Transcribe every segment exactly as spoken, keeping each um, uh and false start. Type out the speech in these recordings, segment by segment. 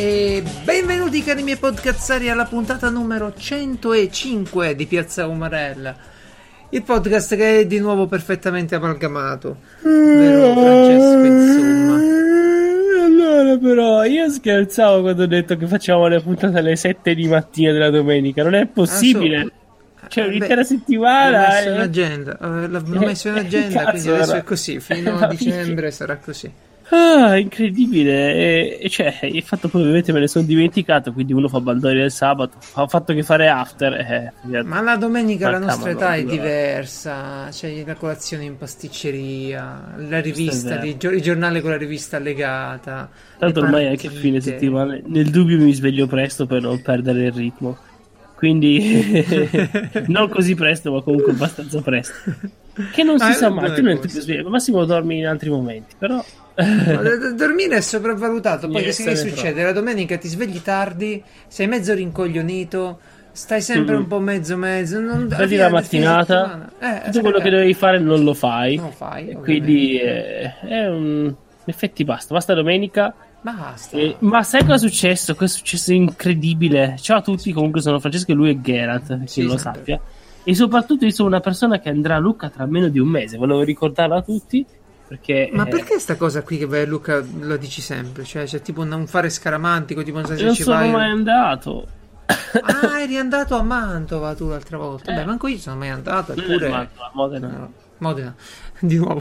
E benvenuti cari miei podcazzari alla puntata numero centocinque di Piazza Umarella, il podcast che è di nuovo perfettamente amalgamato, vero Francesco, insomma. Allora però io scherzavo quando ho detto che facciamo le puntate alle sette di mattina della domenica, non è possibile. Ah, so. C'è Eh, un'intera beh, settimana. L'ho messo eh. in agenda, eh, l'ho messo in agenda, Cazzo, quindi adesso ora. è così, fino a dicembre sarà così. Ah, incredibile. E, e cioè, il fatto poi ovviamente me ne sono dimenticato, quindi uno fa Baldori del sabato, ho fatto che fare after. Eh, Ma la domenica la nostra età è dura. diversa, c'è la colazione in pasticceria, la è rivista, vero. il, gio- il giornale con la rivista allegata. Tanto le ormai è anche partite. fine settimana. Nel dubbio mi sveglio presto per non perdere il ritmo. Quindi non così presto, ma comunque abbastanza presto. Che non si Ah, sa è mai, una tu non cosa. ti svegli, al massimo dormi in altri momenti, però Ma d- d- dormire è sopravvalutato. Poi che, Yes, che ne succede? La domenica ti svegli tardi, sei mezzo rincoglionito, stai sempre Mm-mm. un po' mezzo mezzo. Non, alla vedi fine la del fine mattinata, settimana- eh, tutto quello eh, che dovevi fare non lo fai. non lo fai, E ovviamente. quindi eh, è un... in effetti basta, basta domenica. Basta. E- Ma sai cosa è successo? Cosa è successo incredibile? Ciao a tutti, comunque sono Francesco e lui è Geralt, per chi Sì, non lo sempre. sappia. E soprattutto io sono una persona che andrà a Lucca tra meno di un mese, volevo ricordarlo a tutti. Perché, Ma eh, perché sta cosa qui che vai a Luca lo dici sempre? Cioè, c'è tipo non fare scaramantico, tipo non sai se non ci sono vai. mai andato. Ah, eri andato a Mantova tu l'altra volta. Beh, manco io sono mai andato, Non è eppure. Mantova, Modena. No, Modena, di nuovo.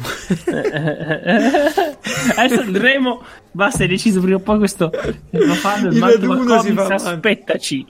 Adesso andremo. Basta, hai deciso prima o poi questo. Lo fanno il Il Mantova raduno si Comics, fa avanti. aspettaci.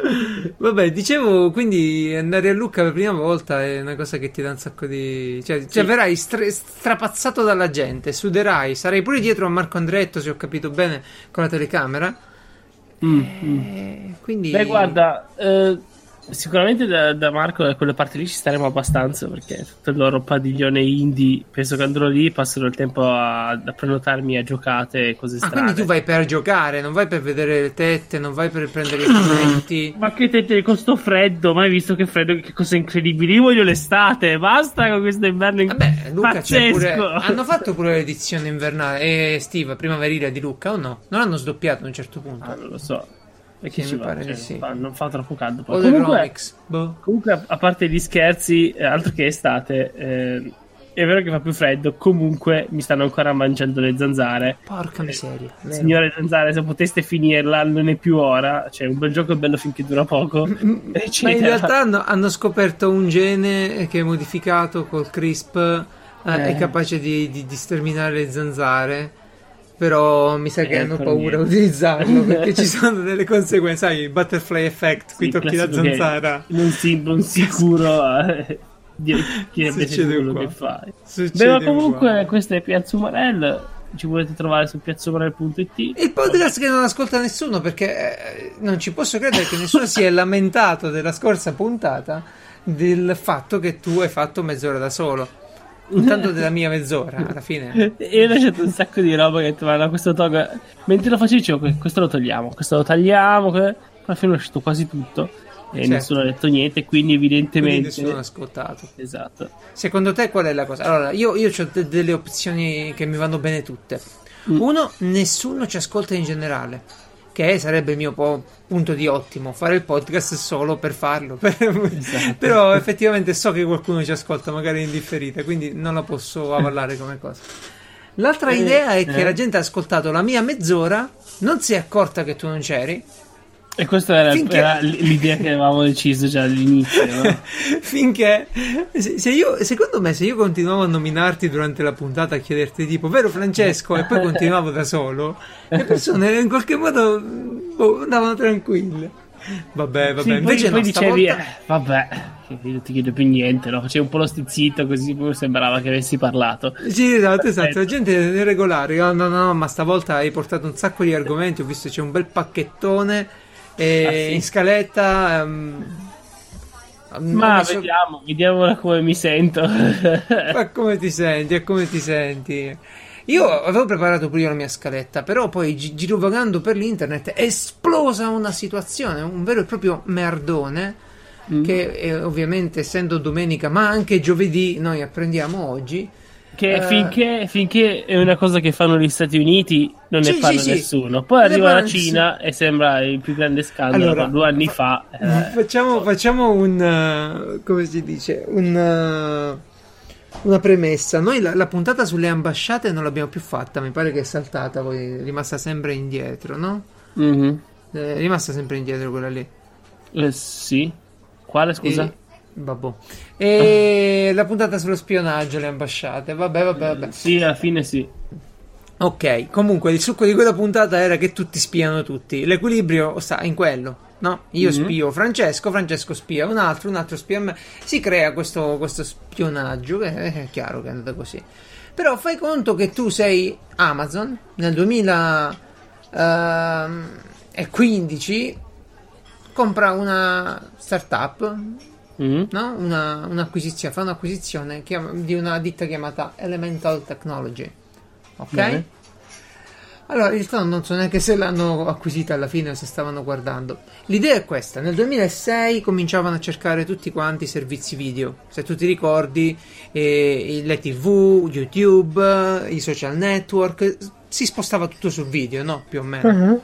Vabbè, dicevo, quindi andare a Lucca per prima volta è una cosa che ti dà un sacco di. Cioè, cioè verrai stra- strapazzato dalla gente, suderai, sarai pure dietro a Marco Andretto, se ho capito bene, con la telecamera. Mm, mm. Eh, quindi. Beh, guarda, eh, sicuramente da, da Marco da quelle parti lì ci staremo abbastanza perché tutto il loro padiglione indie, penso che andrò lì, passerò il tempo a, a prenotarmi a giocate e cose Ah, strane. quindi tu vai per giocare, non vai per vedere le tette, non vai per prendere i strumenti. Ma che te con sto freddo, mai visto che freddo, che cosa incredibile. Io voglio l'estate, basta con questo inverno in... Vabbè, Luca c'è pazzesco. pure. Hanno fatto pure l'edizione invernale e estiva, primaverile di Lucca o no? Non hanno sdoppiato a un certo punto. Ah, non lo so. Perché Sì, ci mi va? pare Cioè, di sì. fa- non fa troppo caldo. Poi. O del Comunque, Romix. Boh. comunque, a- a parte gli scherzi, eh, altro che estate, eh, è vero che fa più freddo. Comunque, mi stanno ancora mangiando le zanzare. Porca miseria. vero. Signore zanzare, se poteste finirla, non è più ora. Cioè, un bel gioco è bello finché dura poco. Ma in realtà hanno, hanno scoperto un gene che è modificato col CRISP, eh, Eh. è capace di, di, di sterminare le zanzare. Però mi sa che Eh, hanno per paura a niente. utilizzarlo perché ci sono delle conseguenze. Sai, il butterfly effect, qui Sì, tocchi la classico che zanzara. Non, si, non sicuro eh, di chi è Succede quello qua. che fai. Succede Beh, ma comunque uguale. questo è Piazza Umarell. Ci potete trovare su piazzumarell punto it. Il podcast che non ascolta nessuno perché eh, non ci posso credere che nessuno si è lamentato della scorsa puntata del fatto che tu hai fatto mezz'ora da solo. Intanto della mia mezz'ora, alla fine. E ho lasciato un sacco di roba che ma no, questo toga. Mentre lo facevo dicevo "Que- questo lo togliamo, questo lo tagliamo, que-". Poi alla fine è uscito quasi tutto e Certo. nessuno ha detto niente, quindi Quindi evidentemente nessuno ha ascoltato. esatto. Secondo te qual è la cosa? Allora, io, io ho de- delle opzioni che mi vanno bene tutte. Mm. Uno, nessuno ci ascolta in generale. Che sarebbe il mio po- punto di ottimo, fare il podcast solo per farlo. Esatto. Però effettivamente so che qualcuno ci ascolta, magari in differita, quindi non la posso avallare come cosa. L'altra Eh, idea è che eh. la gente ha ascoltato la mia mezz'ora, non si è accorta che tu non c'eri, E questa era, Finché- era l- l'idea che avevamo deciso già all'inizio, no? finché se, se io, secondo me se io continuavo a nominarti durante la puntata, a chiederti tipo vero Francesco, e poi continuavo da solo, le persone in qualche modo boh, andavano tranquille. Vabbè, vabbè, Sì, poi, invece poi no, dicevi stavolta- eh, vabbè, che io non ti chiedo più niente, no? Facevi un po' lo stizzito così poi sembrava che avessi parlato. Sì, esatto, esatto, la Perfetto. gente è regolare. No, no, no, ma stavolta hai portato un sacco di argomenti. Ho visto c'è un bel pacchettone e Ah, sì? in scaletta. ehm, non Ma mi so- vediamo, vediamo ora come mi sento. Ma come ti senti? E come ti senti? Io avevo preparato pure io la mia scaletta, però poi gi- girovagando per l'internet è esplosa una situazione, un vero e proprio merdone. Mm. Che eh, ovviamente essendo domenica, ma anche giovedì, noi apprendiamo oggi. Che eh, finché, finché è una cosa che fanno gli Stati Uniti non ne sì, parla sì, sì. nessuno. Poi Non ne arriva la parla Cina e sembra il più grande scandalo. Allora, due anni fa- fa. eh, facciamo, facciamo un, uh, come si dice, un, uh, una premessa. Noi la, la puntata sulle ambasciate non l'abbiamo più fatta, mi pare che è saltata, poi è rimasta sempre indietro, no? mhm. È rimasta sempre indietro quella lì. Eh, sì. Quale, scusa? E, vabbè. E la puntata sullo spionaggio, le ambasciate, vabbè, vabbè, vabbè. Sì, alla fine sì. Ok, comunque il succo di quella puntata era che tutti spiano tutti. L'equilibrio sta in quello, no? Io Mhm. spio Francesco, Francesco spia un altro, un altro spia me. Si crea questo, questo spionaggio, che è chiaro che è andata così. Però fai conto che tu sei Amazon nel duemilaquindici, compra una startup, Mhm. no? Una, un'acquisizione, fa un'acquisizione chiam- di una ditta chiamata Elemental Technology. Ok? Bene. Allora, in realtà non so neanche se l'hanno acquisita alla fine o se stavano guardando. L'idea è questa: nel duemilasei cominciavano a cercare tutti quanti i servizi video. Se tu ti ricordi, eh, le tivù, YouTube, i social network, si spostava tutto sul video, no? Più o meno.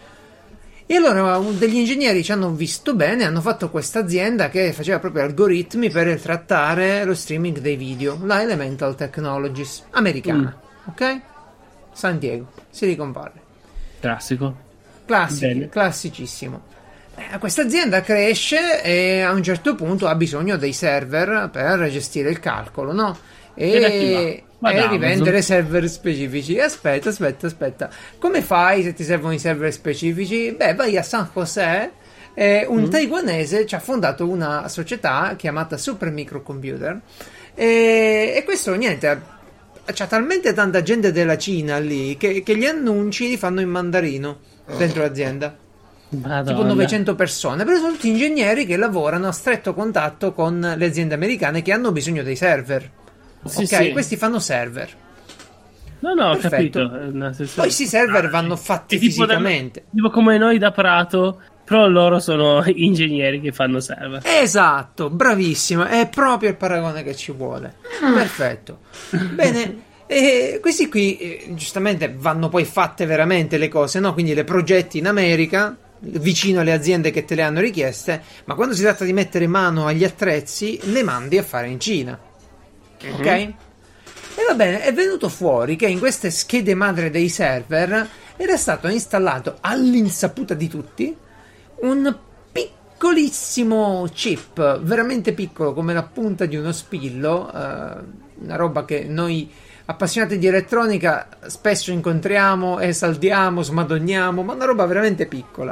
E allora un- degli ingegneri ci hanno visto bene, hanno fatto questa azienda che faceva proprio algoritmi per trattare lo streaming dei video, la Elemental Technologies, americana, ok? San Diego, Silicon Valley. Classico. Classici, Bene. classicissimo. Eh, questa azienda cresce e a un certo punto ha bisogno dei server per gestire il calcolo, no? E da chi va? E, Va e da rivendere Amazon. server specifici. Aspetta, aspetta, aspetta. Come fai se ti servono i server specifici? Beh, vai a San José. E un Mm. taiwanese ci ha fondato una società chiamata Super Microcomputer. E, e questo niente. C'ha talmente tanta gente della Cina lì che, che gli annunci li fanno in mandarino dentro l'azienda. Tipo Madonna. novecento persone, però sono tutti ingegneri che lavorano a stretto contatto con le aziende americane che hanno bisogno dei server. Sì, Ok, sì. questi fanno server. No, no, ho Perfetto. capito. Eh, nel senso- Poi questi server vanno fatti È tipo da- fisicamente. tipo come noi da Prato, però loro sono ingegneri che fanno server. Esatto, bravissimo, è proprio il paragone che ci vuole. Perfetto. Bene, e questi qui eh, giustamente vanno poi fatte veramente le cose, no? Quindi le progetti in America, vicino alle aziende che te le hanno richieste, ma quando si tratta di mettere mano agli attrezzi, le mandi a fare in Cina. Ok? E va bene, è venuto fuori che in queste schede madre dei server era stato installato all'insaputa di tutti un piccolissimo chip, veramente piccolo come la punta di uno spillo, eh, una roba che noi appassionati di elettronica spesso incontriamo e saldiamo, smadonniamo, ma una roba veramente piccola.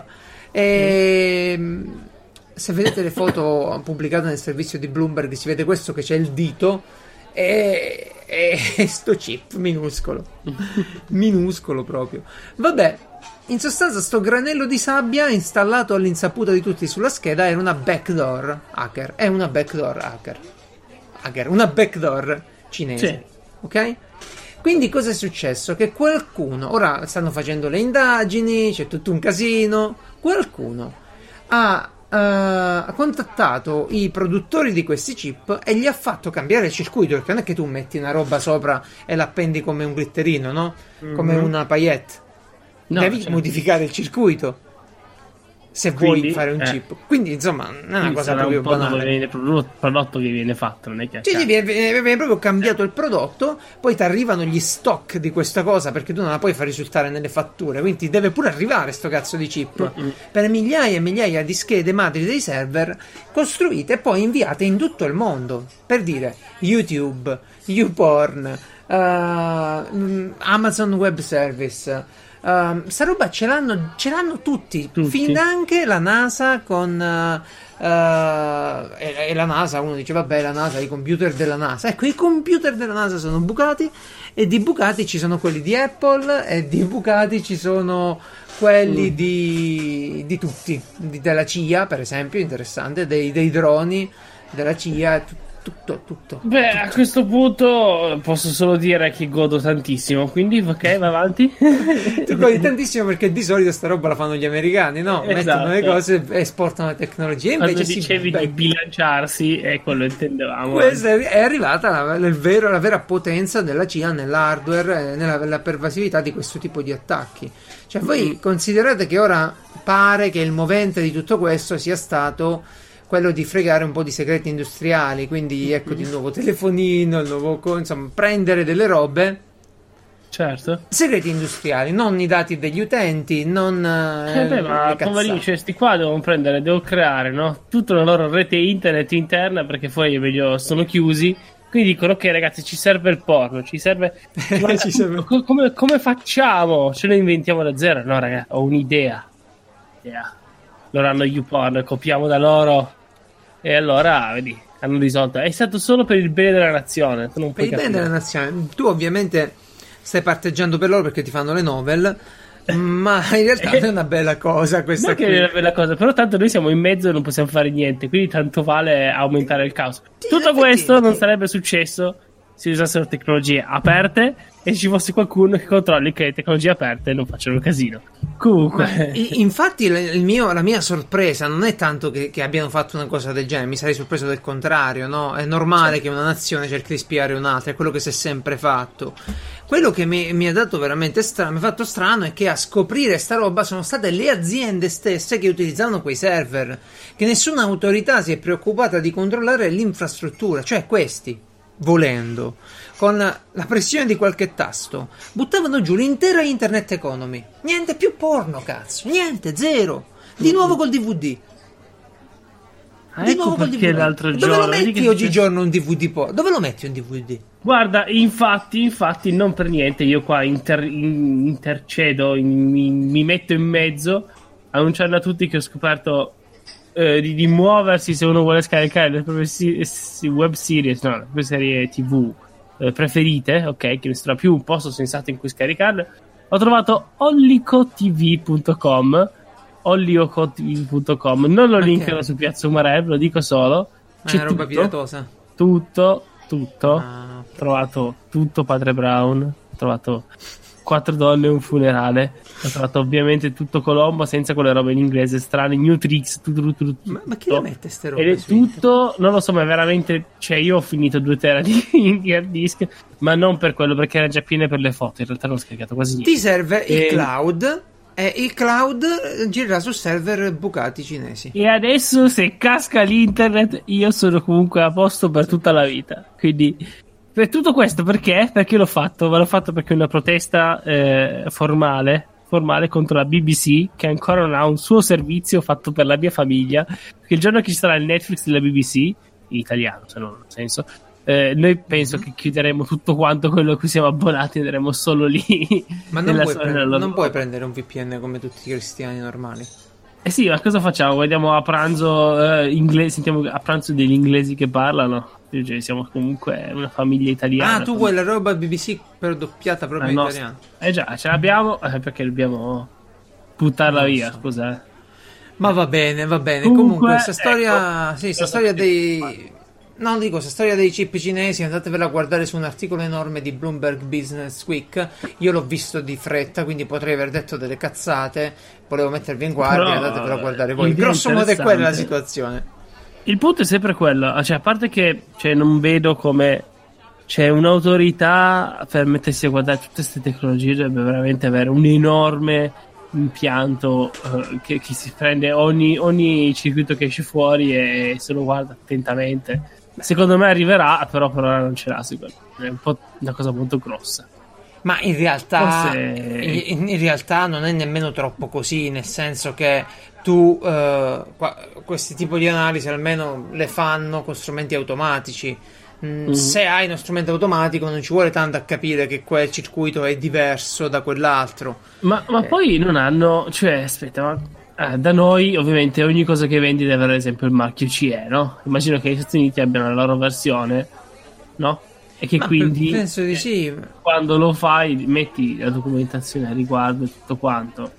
E se vedete le foto pubblicate nel servizio di Bloomberg si vede questo che c'è il dito e, e sto chip minuscolo, minuscolo proprio. Vabbè. In sostanza sto granello di sabbia installato all'insaputa di tutti sulla scheda era una backdoor hacker, è una backdoor hacker, hacker una backdoor cinese, Sì. ok? Quindi cosa è successo? Che qualcuno, ora stanno facendo le indagini, c'è tutto un casino, qualcuno ha, eh, ha contattato i produttori di questi chip e gli ha fatto cambiare il circuito, perché non è che tu metti una roba sopra e l'appendi come un glitterino, no? Come Mhm. una paillette. No, Devi certo. modificare il circuito se Quindi, vuoi fare un eh. chip. Quindi, insomma, non è una Quindi cosa sarà proprio un po' dove banale. viene il prodotto, prodotto che viene fatto, non è che a Sì, sì, caso. viene, viene- viene proprio cambiato il prodotto, poi ti arrivano gli stock di questa cosa perché tu non la puoi far risultare nelle fatture, quindi ti deve pure arrivare sto cazzo di chip Mm-mm. per migliaia e migliaia di schede madri dei server costruite e poi inviate in tutto il mondo. Per dire YouTube, YouPorn, eh, mm, Amazon Web Service. Uh, sta roba ce l'hanno, ce l'hanno tutti, Tutti. fin anche la NASA con uh, uh, e, e la NASA, uno dice vabbè la NASA, i computer della NASA, ecco i computer della NASA sono bucati e di bucati ci sono quelli di Apple e di bucati ci sono quelli Mm. di, di tutti, di- della C I A per esempio, interessante, dei, dei droni della C I A, t- tutto, tutto. Beh, tutto. a questo punto posso solo dire che godo tantissimo, quindi ok, va avanti. Tu godi tantissimo perché di solito sta roba la fanno gli americani, no? Esatto. Mettono le cose e esportano le tecnologie. Quando Invece dicevi si... di bilanciarsi, e quello intendevamo. Questa è arrivata la, il vero, la vera potenza della Cina nell'hardware e nella, nella pervasività di questo tipo di attacchi. Cioè voi mm. considerate che ora pare che il movente di tutto questo sia stato quello di fregare un po' di segreti industriali, quindi ecco mm. il nuovo telefonino, il nuovo, insomma, prendere delle robe. Certo. Segreti industriali, non i dati degli utenti, non eh, beh, ma poverini, cioè, sti qua devono prendere, devono creare, no? Tutta la loro rete internet interna, perché poi meglio sono chiusi. Quindi dicono: ok, ragazzi, ci serve il porno, ci serve. ci serve... Come, come facciamo? Ce lo inventiamo da zero? No, ragazzi, ho un'idea. Idea. Loro hanno YouPorn, copiamo da loro. E allora, vedi, hanno risolto. È stato solo per il bene della nazione. Tu non per puoi il bene della nazione. Tu ovviamente stai parteggiando per loro perché ti fanno le novel, ma in realtà non è una bella cosa questa. Non qui. Che è una bella cosa, però tanto noi siamo in mezzo e non possiamo fare niente, quindi tanto vale aumentare il caos. Sì, tutto questo non sarebbe successo se usassero tecnologie aperte e ci fosse qualcuno che controlli che le tecnologie aperte non facciano casino. Comunque, infatti il mio, la mia sorpresa non è tanto che, che abbiano fatto una cosa del genere, mi sarei sorpreso del contrario, no? È normale sì. che una nazione cerchi di spiare un'altra, è quello che si è sempre fatto. Quello che mi, mi ha dato veramente strano, mi ha fatto strano è che a scoprire sta roba sono state le aziende stesse che utilizzavano quei server, che nessuna autorità si è preoccupata di controllare l'infrastruttura, cioè questi, volendo, con la pressione di qualche tasto, buttavano giù l'intera internet economy. Niente più porno, cazzo, niente, zero. Di nuovo col D V D. Ah, di ecco nuovo col D V D. L'altro Dove giorno, lo metti oggigiorno un D V D porno? Dove lo metti un D V D? Guarda, infatti, infatti, non per niente io qua inter- intercedo, in, mi, mi metto in mezzo, annunciando a tutti che ho scoperto eh, di, di muoversi se uno vuole scaricare le proprie si- si- web series, no, le proprie serie tivù eh, preferite, ok, che non sarà più un posto sensato in cui scaricarle. Ho trovato ollicotv punto com, ollicotv punto com, non lo okay. linkano su Piazza Umarell, lo dico solo. C'è è roba tutto, piratosa. Tutto, tutto. Ah, ho trovato tutto Padre Brown, ho trovato quattro donne e un funerale, ho trovato ovviamente tutto Colombo senza quelle robe in inglese strane, Newtrix, tutto, tutto, tutto. Ma, ma chi le mette ste robe? Ed è tutto, non lo so, ma veramente, cioè io ho finito due tera di, di hard disk, ma non per quello, perché era già piene per le foto, in realtà non ho scaricato quasi niente. Ti serve e... il cloud, e il cloud girerà su server bucati cinesi. E adesso se casca l'internet io sono comunque a posto per tutta la vita, quindi... Per tutto questo perché? Perché l'ho fatto? Ma l'ho fatto perché è una protesta eh, formale, formale contro la B B C, che ancora non ha un suo servizio fatto per la mia famiglia. Perché il giorno che ci sarà il Netflix della B B C, in italiano se non ha senso, eh, noi penso che chiuderemo tutto quanto quello a cui siamo abbonati e andremo solo lì. Ma non, puoi, prendere, non puoi prendere un V P N come tutti i cristiani normali. Eh sì, ma cosa facciamo? Guardiamo a pranzo eh, inglese, sentiamo a pranzo degli inglesi che parlano. Cioè, siamo comunque una famiglia italiana. Ah, tu vuoi la roba B B C per doppiata proprio in italiano? Eh già, ce l'abbiamo eh, perché dobbiamo buttarla non via, so. scusa. Eh. Ma va bene, va bene. Comunque, questa storia, ecco, sì, questa storia dei No, dico, questa storia dei chip cinesi, andatevela a guardare su un articolo enorme di Bloomberg Business Week. Io l'ho visto di fretta, quindi potrei aver detto delle cazzate. Volevo mettervi in guardia, però, andatevela a guardare voi. Grosso modo è quella la situazione. Il punto è sempre quello, cioè a parte che cioè, non vedo come c'è un'autorità per mettersi a guardare tutte queste tecnologie, dovrebbe veramente avere un enorme impianto uh, che, che si prende ogni, ogni circuito che esce fuori e se lo guarda attentamente. Secondo me arriverà, però per ora non ce l'ha, secondo me. È un po' una cosa molto grossa. Ma in realtà, Forse... in, in realtà non è nemmeno troppo così, nel senso che tu uh, qua, questi tipi di analisi almeno le fanno con strumenti automatici. Mm, mm-hmm. Se hai uno strumento automatico non ci vuole tanto a capire che quel circuito è diverso da quell'altro. Ma, ma eh. poi non hanno, cioè aspetta, ma eh, da noi ovviamente ogni cosa che vendi deve avere ad esempio il marchio C E, no? Immagino che gli Stati Uniti abbiano la loro versione, no? E che ma quindi penso di sì. Quando lo fai metti la documentazione a riguardo e tutto quanto.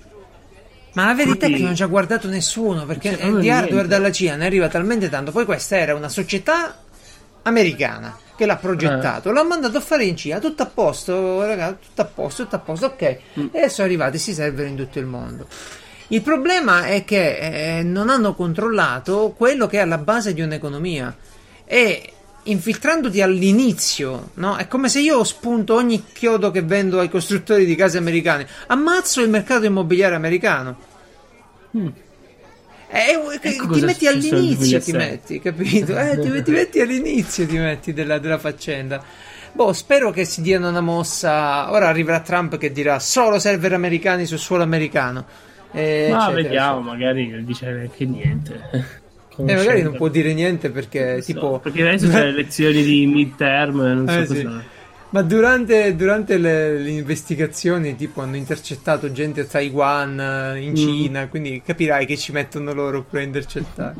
Ma la verità quindi, è che non ci ha guardato nessuno, perché cioè, di hardware niente. dalla Cina ne arriva talmente tanto. Poi questa era una società americana che l'ha progettato, eh. l'ha mandato a fare in Cina, tutto a posto, ragazzi, tutto a posto, tutto a posto, ok. Mm. E sono arrivati questi server in tutto il mondo. Il problema è che eh, non hanno controllato quello che è alla base di un'economia, e infiltrandoti all'inizio, no? È come se io spunto ogni chiodo che vendo ai costruttori di case americane, ammazzo il mercato immobiliare americano. Mm. Eh, ecco, ti metti all'inizio, ti metti, capito? Eh, ti, ti metti all'inizio, ti metti della, della faccenda. Boh, spero che si diano una mossa. Ora arriverà Trump che dirà solo server americani sul suolo americano. Eh, Ma eccetera, vediamo, eccetera. Magari non dice neanche niente. E eh, magari non può dire niente perché, so, tipo, perché adesso c'è le elezioni di midterm, non so eh, cosa. Sì. Ma durante, durante le, le investigazioni, tipo, hanno intercettato gente a Taiwan, in Cina, mm. quindi capirai che ci mettono loro per intercettare.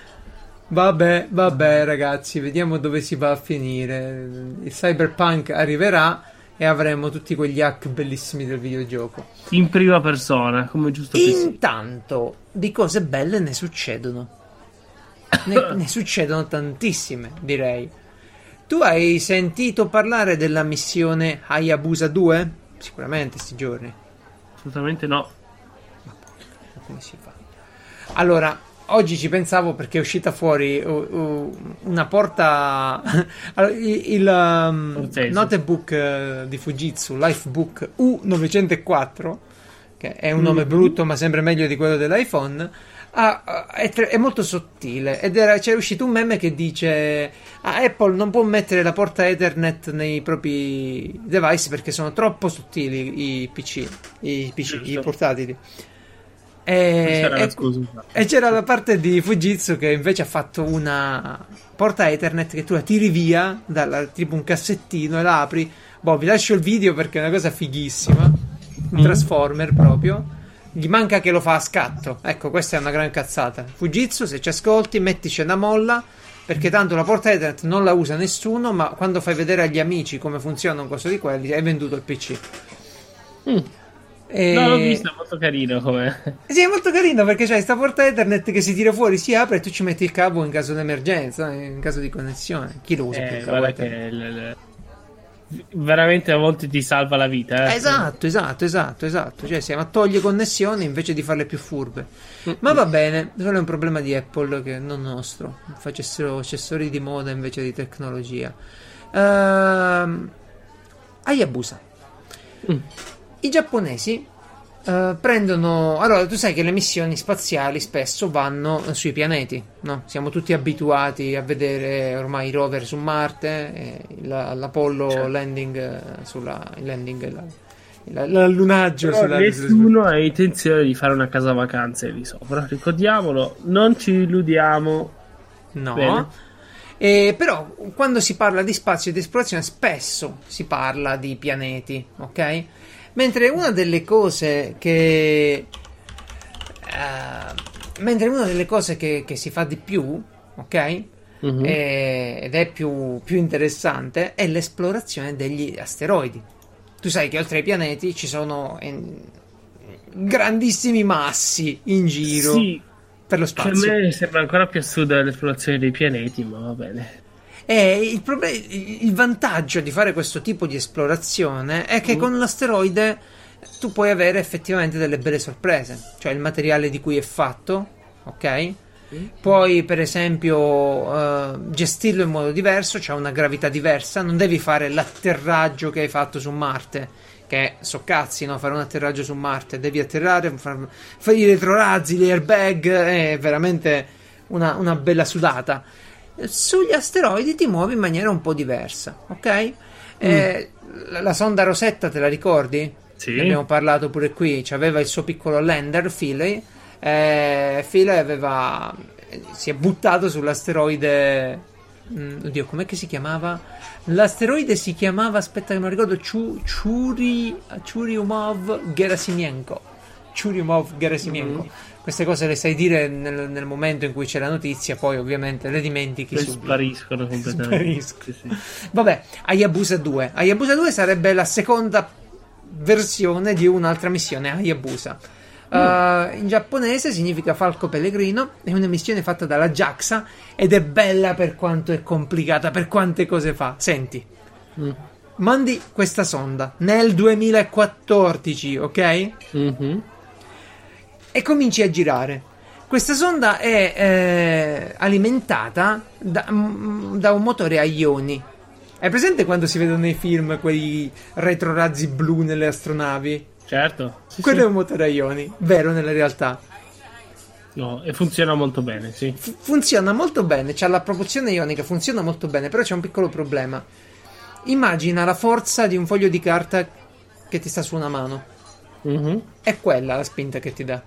Vabbè, vabbè, ragazzi, vediamo dove si va a finire. Il cyberpunk arriverà e avremo tutti quegli hack bellissimi del videogioco. In prima persona, come giusto che sia. Intanto, di cose belle ne succedono. Ne, ne succedono tantissime, direi. Tu hai sentito parlare della missione Hayabusa due? Sicuramente sti giorni. Assolutamente no. Ma come si fa? Allora, oggi ci pensavo perché è uscita fuori uh, uh, una porta allora, il, il um, notebook uh, di Fujitsu, Lifebook U novecentoquattro, che è un nome mm. brutto ma sempre meglio di quello dell'iPhone. Ah, è, tre, è molto sottile ed era, c'è uscito un meme che dice ah, Apple non può mettere la porta Ethernet nei propri device perché sono troppo sottili i P C, i, P C, i portatili. E, e, e c'era la parte di Fujitsu che invece ha fatto una porta Ethernet che tu la tiri via dalla, tipo un cassettino, e la apri. Boh, vi lascio il video perché è una cosa fighissima, un mm. Transformer proprio. Gli manca che lo fa a scatto. Ecco, questa è una gran cazzata. Fujitsu, se ci ascolti, mettici una molla, perché tanto la porta Ethernet non la usa nessuno, ma quando fai vedere agli amici come funziona un coso di quelli, hai venduto il P C. Mm. E... No, l'ho visto, è molto carino come. Sì, è molto carino perché c'è questa porta Ethernet che si tira fuori, si apre e tu ci metti il cavo in caso di emergenza, in caso di connessione. Chi lo usa? Eh, guarda che l- l- veramente a volte ti salva la vita. Eh? Esatto, esatto, esatto, esatto. Cioè, siamo a togliere connessioni invece di farle più furbe. Mm-hmm. Ma va bene, quello è un problema di Apple che non nostro. Facessero accessori di moda invece di tecnologia. Uh, Hayabusa. Mm. I giapponesi uh, prendono. Allora, tu sai che le missioni spaziali spesso vanno sui pianeti, no? Siamo tutti abituati a vedere ormai i rover su Marte, e la, l'Apollo certo. landing sulla il landing la, la, l'allunaggio. Però sulla, nessuno ha intenzione di fare una casa vacanze lì sopra, ricordiamolo, non ci illudiamo. No. Bene. Eh, però quando si parla di spazio e di esplorazione spesso si parla di pianeti, ok? Mentre una delle cose che uh, mentre una delle cose che, che si fa di più, ok? Uh-huh. è, ed è più, più interessante è l'esplorazione degli asteroidi. Tu sai che oltre ai pianeti ci sono in, grandissimi massi in giro sì, per lo spazio. Per me sembra ancora più assurda l'esplorazione dei pianeti, ma va bene. E il, proble- il vantaggio di fare questo tipo di esplorazione è che mm. con l'asteroide tu puoi avere effettivamente delle belle sorprese, cioè il materiale di cui è fatto, ok? Mm. Puoi per esempio uh, gestirlo in modo diverso, c'è una gravità diversa, non devi fare l'atterraggio che hai fatto su Marte, che so cazzi, no? Fare un atterraggio su Marte, devi atterrare, far, fare i retrorazzi, gli airbag, è veramente una, una bella sudata. Sugli asteroidi ti muovi in maniera un po' diversa, ok? Mm. Eh, la, la sonda Rosetta te la ricordi? Sì. Ne abbiamo parlato pure qui. C'aveva il suo piccolo lander, Philae. Eh, Philae aveva si è buttato sull'asteroide. Mm, oddio, com'è che si chiamava? L'asteroide si chiamava, aspetta che non ricordo, Chu, Churi, Churyumov Gerasimenko. Churyumov Gerasimenko. Mm. Queste cose le sai dire nel, nel momento in cui c'è la notizia, poi ovviamente le dimentichi le subito. Spariscono completamente. Spariscono. Sì, sì. Vabbè, Hayabusa due. Hayabusa due sarebbe la seconda versione di un'altra missione, Hayabusa. Uh, in giapponese significa falco pellegrino, è una missione fatta dalla JAXA ed è bella per quanto è complicata, per quante cose fa. Senti, mm. mandi questa sonda nel duemilaquattordici, ok? Mm-hmm. E cominci a girare. Questa sonda è eh, alimentata da, m- da un motore a ioni. Hai presente quando si vedono nei film quei retrorazzi blu nelle astronavi? Certo. Sì, Quello sì. è un motore a ioni, vero nella realtà. No, e funziona molto bene, sì. F- funziona molto bene, c'ha la propulsione ionica, funziona molto bene, però c'è un piccolo problema. Immagina la forza di un foglio di carta che ti sta su una mano. Mm-hmm. È quella la spinta che ti dà.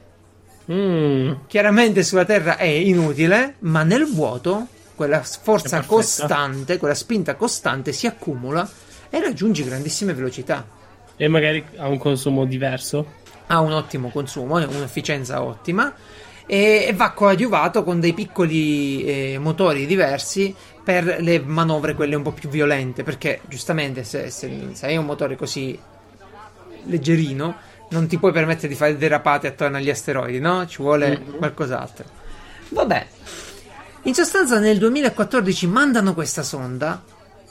Mm. Chiaramente sulla Terra è inutile, ma nel vuoto quella forza costante, quella spinta costante si accumula e raggiungi grandissime velocità. E magari ha un consumo diverso? Ha un ottimo consumo, un'efficienza ottima e, e va coadiuvato con dei piccoli eh, motori diversi per le manovre quelle un po' più violente, perché giustamente se, se, se hai un motore così leggerino non ti puoi permettere di fare derapate attorno agli asteroidi, no? Ci vuole mm-hmm. qualcos'altro. Vabbè, in sostanza nel duemilaquattordici mandano questa sonda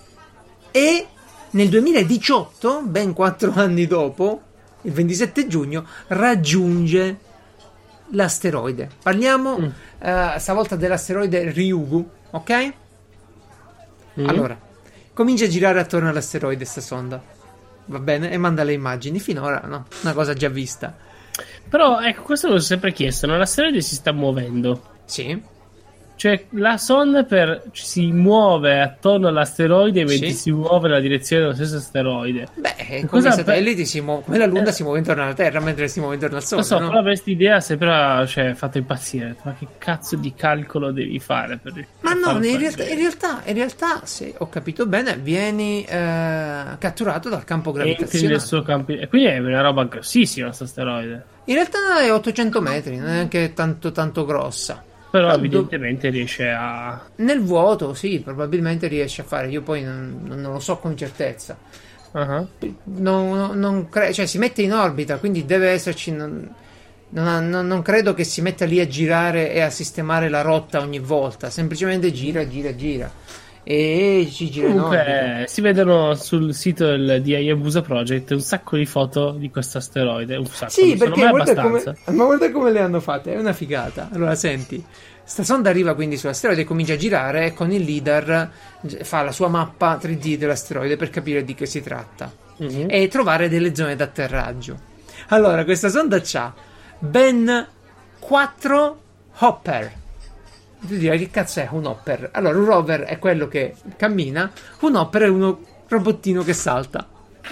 e nel duemiladiciotto, ben quattro anni dopo, il ventisette giugno, raggiunge l'asteroide. Parliamo mm. uh, stavolta dell'asteroide Ryugu, ok? Mm. Allora, comincia a girare attorno all'asteroide sta sonda, va bene? E manda le immagini. Finora, no? Una cosa già vista. Però, ecco, questo l'ho sempre chiesto, no? L'asteroide si sta muovendo. Sì. Cioè, la sonda per, si muove attorno all'asteroide mentre sì. si muove nella direzione dello stesso asteroide. Beh, come i satelliti per... si muovono, come la Luna eh. si muove intorno alla Terra mentre si muove intorno al Sole. Lo so, no? però questa idea sempre cioè, fatto impazzire. Ma che cazzo di calcolo devi fare? Per, Ma per no, in realtà, in realtà, in realtà, se ho capito bene, vieni eh, catturato dal campo gravitazionale. Nel suo campo... E quindi è una roba grossissima questo asteroide. In realtà è ottocento metri, non è neanche tanto tanto grossa. Però ah, evidentemente do... riesce a... Nel vuoto, sì, probabilmente riesce a fare. Io poi non, non lo so con certezza. Uh-huh. Non, non cre... Cioè si mette in orbita, quindi deve esserci... Non, non, non, non credo che si metta lì a girare e a sistemare la rotta ogni volta. Semplicemente gira, gira, gira. E ci gira Comunque, in orbita. Si vedono sul sito del, di Hayabusa Project un sacco di foto di questo asteroide. Un sacco, sì, perché guarda come, ma guarda come le hanno fatte, è una figata. Allora senti, sta sonda arriva quindi sull'asteroide, comincia a girare e con il lidar fa la sua mappa tre D dell'asteroide per capire di che si tratta mm-hmm. e trovare delle zone d'atterraggio. Allora questa sonda c'ha ben quattro hopper. Tu dirai che cazzo è un hopper? Allora un rover è quello che cammina, un hopper è uno robottino che salta.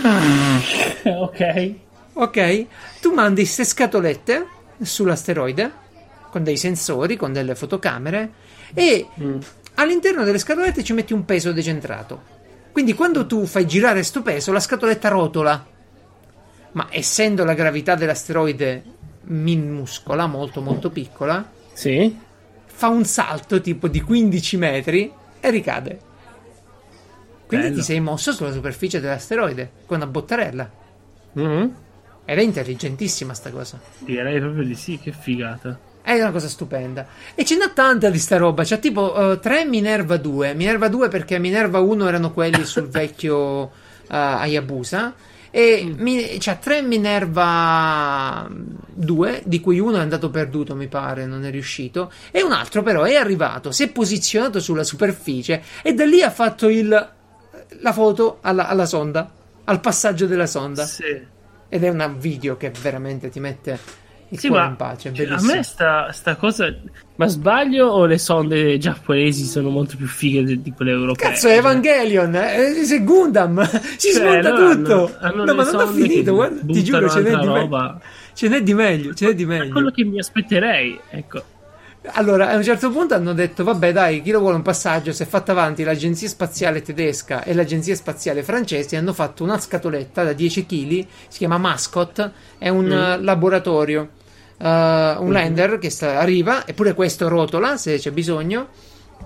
Ok. Ok, tu mandi queste scatolette sull'asteroide con dei sensori, con delle fotocamere e mm. all'interno delle scatolette ci metti un peso decentrato. Quindi quando tu fai girare sto peso la scatoletta rotola, ma essendo la gravità dell'asteroide minuscola, molto molto piccola, sì, fa un salto tipo di quindici metri e ricade. Quindi Bello. Ti sei mosso sulla superficie dell'asteroide con una bottarella. Mm-hmm. Ed è intelligentissima sta cosa. Direi proprio di sì, che figata. È una cosa stupenda. E ce n'ha tanta di sta roba. C'ha tipo uh, tre Minerva due. Minerva due perché Minerva uno erano quelli sul vecchio uh, Hayabusa. E mm. mi, c'ha tre Minerva due, di cui uno è andato perduto, mi pare, non è riuscito. E un altro però è arrivato, si è posizionato sulla superficie e da lì ha fatto il, la foto alla, alla sonda, al passaggio della sonda. Sì. Ed è un video che veramente ti mette il sì, cuore ma in pace, è cioè, bellissimo. A me sta, sta cosa, ma sbaglio o le sonde giapponesi sono molto più fighe di, di quelle europee? Cazzo, è Evangelion, eh? È Gundam, si cioè, smonta tutto. Hanno, hanno no, ma non ho finito, guarda, ti giuro, ce n'è di meglio. Ce n'è di meglio, ce n'è di meglio. È quello che mi aspetterei, ecco. Allora, a un certo punto hanno detto, vabbè dai, chi lo vuole un passaggio, si è fatta avanti l'agenzia spaziale tedesca e l'agenzia spaziale francese, hanno fatto una scatoletta da dieci chili, si chiama Mascot, è un mm. laboratorio, uh, un mm. lander che sta, arriva, eppure questo rotola se c'è bisogno,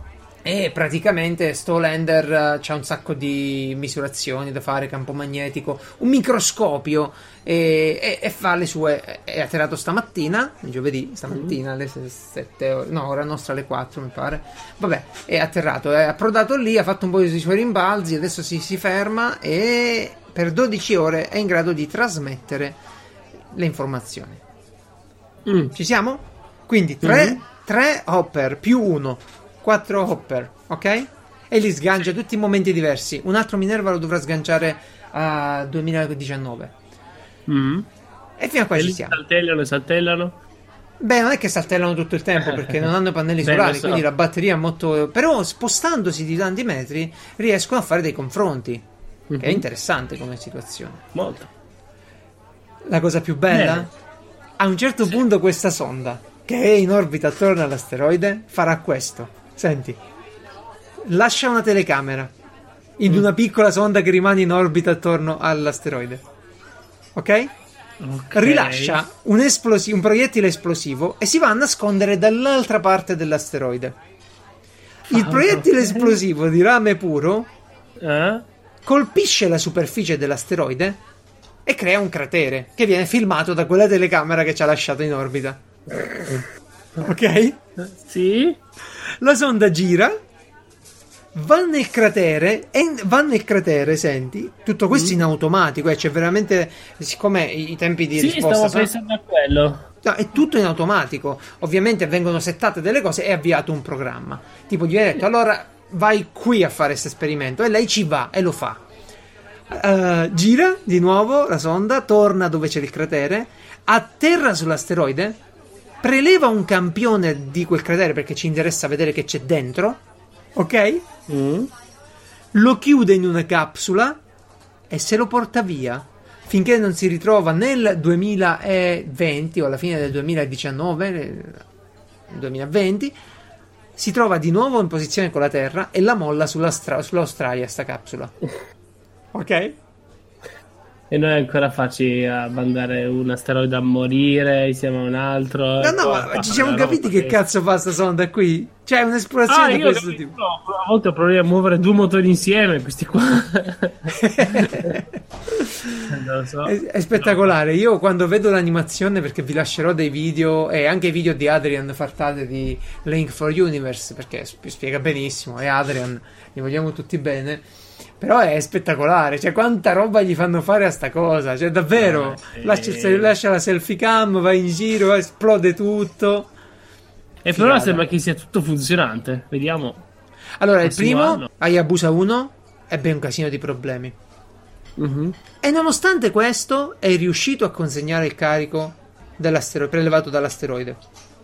E praticamente sto lander uh, c'ha un sacco di misurazioni da fare, campo magnetico, un microscopio, e, e, e fa le sue. È atterrato stamattina, giovedì, stamattina alle sette ore, no, ora nostra alle quattro mi pare. Vabbè, è atterrato, è approdato lì, ha fatto un po' di suoi rimbalzi, adesso si, si ferma e per dodici ore è in grado di trasmettere le informazioni. Mm. Ci siamo? Quindi tre mm-hmm. hopper più uno, quattro hopper, ok? E li sgancia tutti in momenti diversi. Un altro Minerva lo dovrà sganciare a duemiladiciannove. Mm. E fino a qua e ci siamo. Saltellano, saltellano. Beh, non è che saltellano tutto il tempo perché non hanno pannelli solari, so. Quindi la batteria è molto. Però spostandosi di tanti metri riescono a fare dei confronti. Mm-hmm. Che è interessante come situazione. Molto. La cosa più bella? Bene. A un certo sì. punto questa sonda, che è in orbita attorno all'asteroide, farà questo. Senti, lascia una telecamera in mm. una piccola sonda che rimane in orbita attorno all'asteroide, ok? Okay. Rilascia un, esplosi- un proiettile esplosivo e si va a nascondere dall'altra parte dell'asteroide. Il oh, proiettile okay. esplosivo di rame puro eh? colpisce la superficie dell'asteroide e crea un cratere che viene filmato da quella telecamera che ci ha lasciato in orbita. Ok? Sì. La sonda gira, va nel cratere e va nel cratere, senti, tutto questo mm. in automatico, eh, c'è veramente, siccome i tempi di sì, risposta stavo sono... pensando a quello. No, è tutto in automatico. Ovviamente vengono settate delle cose e avviato un programma. Tipo gli viene detto, allora vai qui a fare questo esperimento, e lei ci va e lo fa. Uh, gira di nuovo la sonda, torna dove c'è il cratere, atterra sull'asteroide, preleva un campione di quel cratere perché ci interessa vedere che c'è dentro, ok? Mm. Lo chiude in una capsula e se lo porta via finché non si ritrova nel duemilaventi o alla fine del duemiladiciannove, nel duemilaventi, si trova di nuovo in posizione con la Terra e la molla sulla stra- sull'Australia sta capsula. Ok? E noi ancora facci a mandare un asteroide a morire insieme a un altro. No, no, ma ci siamo capiti che cazzo fa sta sonda qui? C'è un'esplorazione ah, di questo capito, tipo. No, a volte ho problemi a muovere due motori insieme, questi qua. Non lo so. È, è spettacolare. No. Io quando vedo l'animazione, perché vi lascerò dei video e anche i video di Adrian Fartate di Link for Universe, perché spiega benissimo, e Adrian, li vogliamo tutti bene. Però è spettacolare, cioè quanta roba gli fanno fare a sta cosa, cioè davvero, ah, sì. lascia, lascia la selfie cam, va in giro, esplode tutto. E per ora sembra che sia tutto funzionante, vediamo. Allora, il primo, anno. Hayabusa uno, ebbe un casino di problemi. Uh-huh. E nonostante questo è riuscito a consegnare il carico dell'asteroide, prelevato dall'asteroide.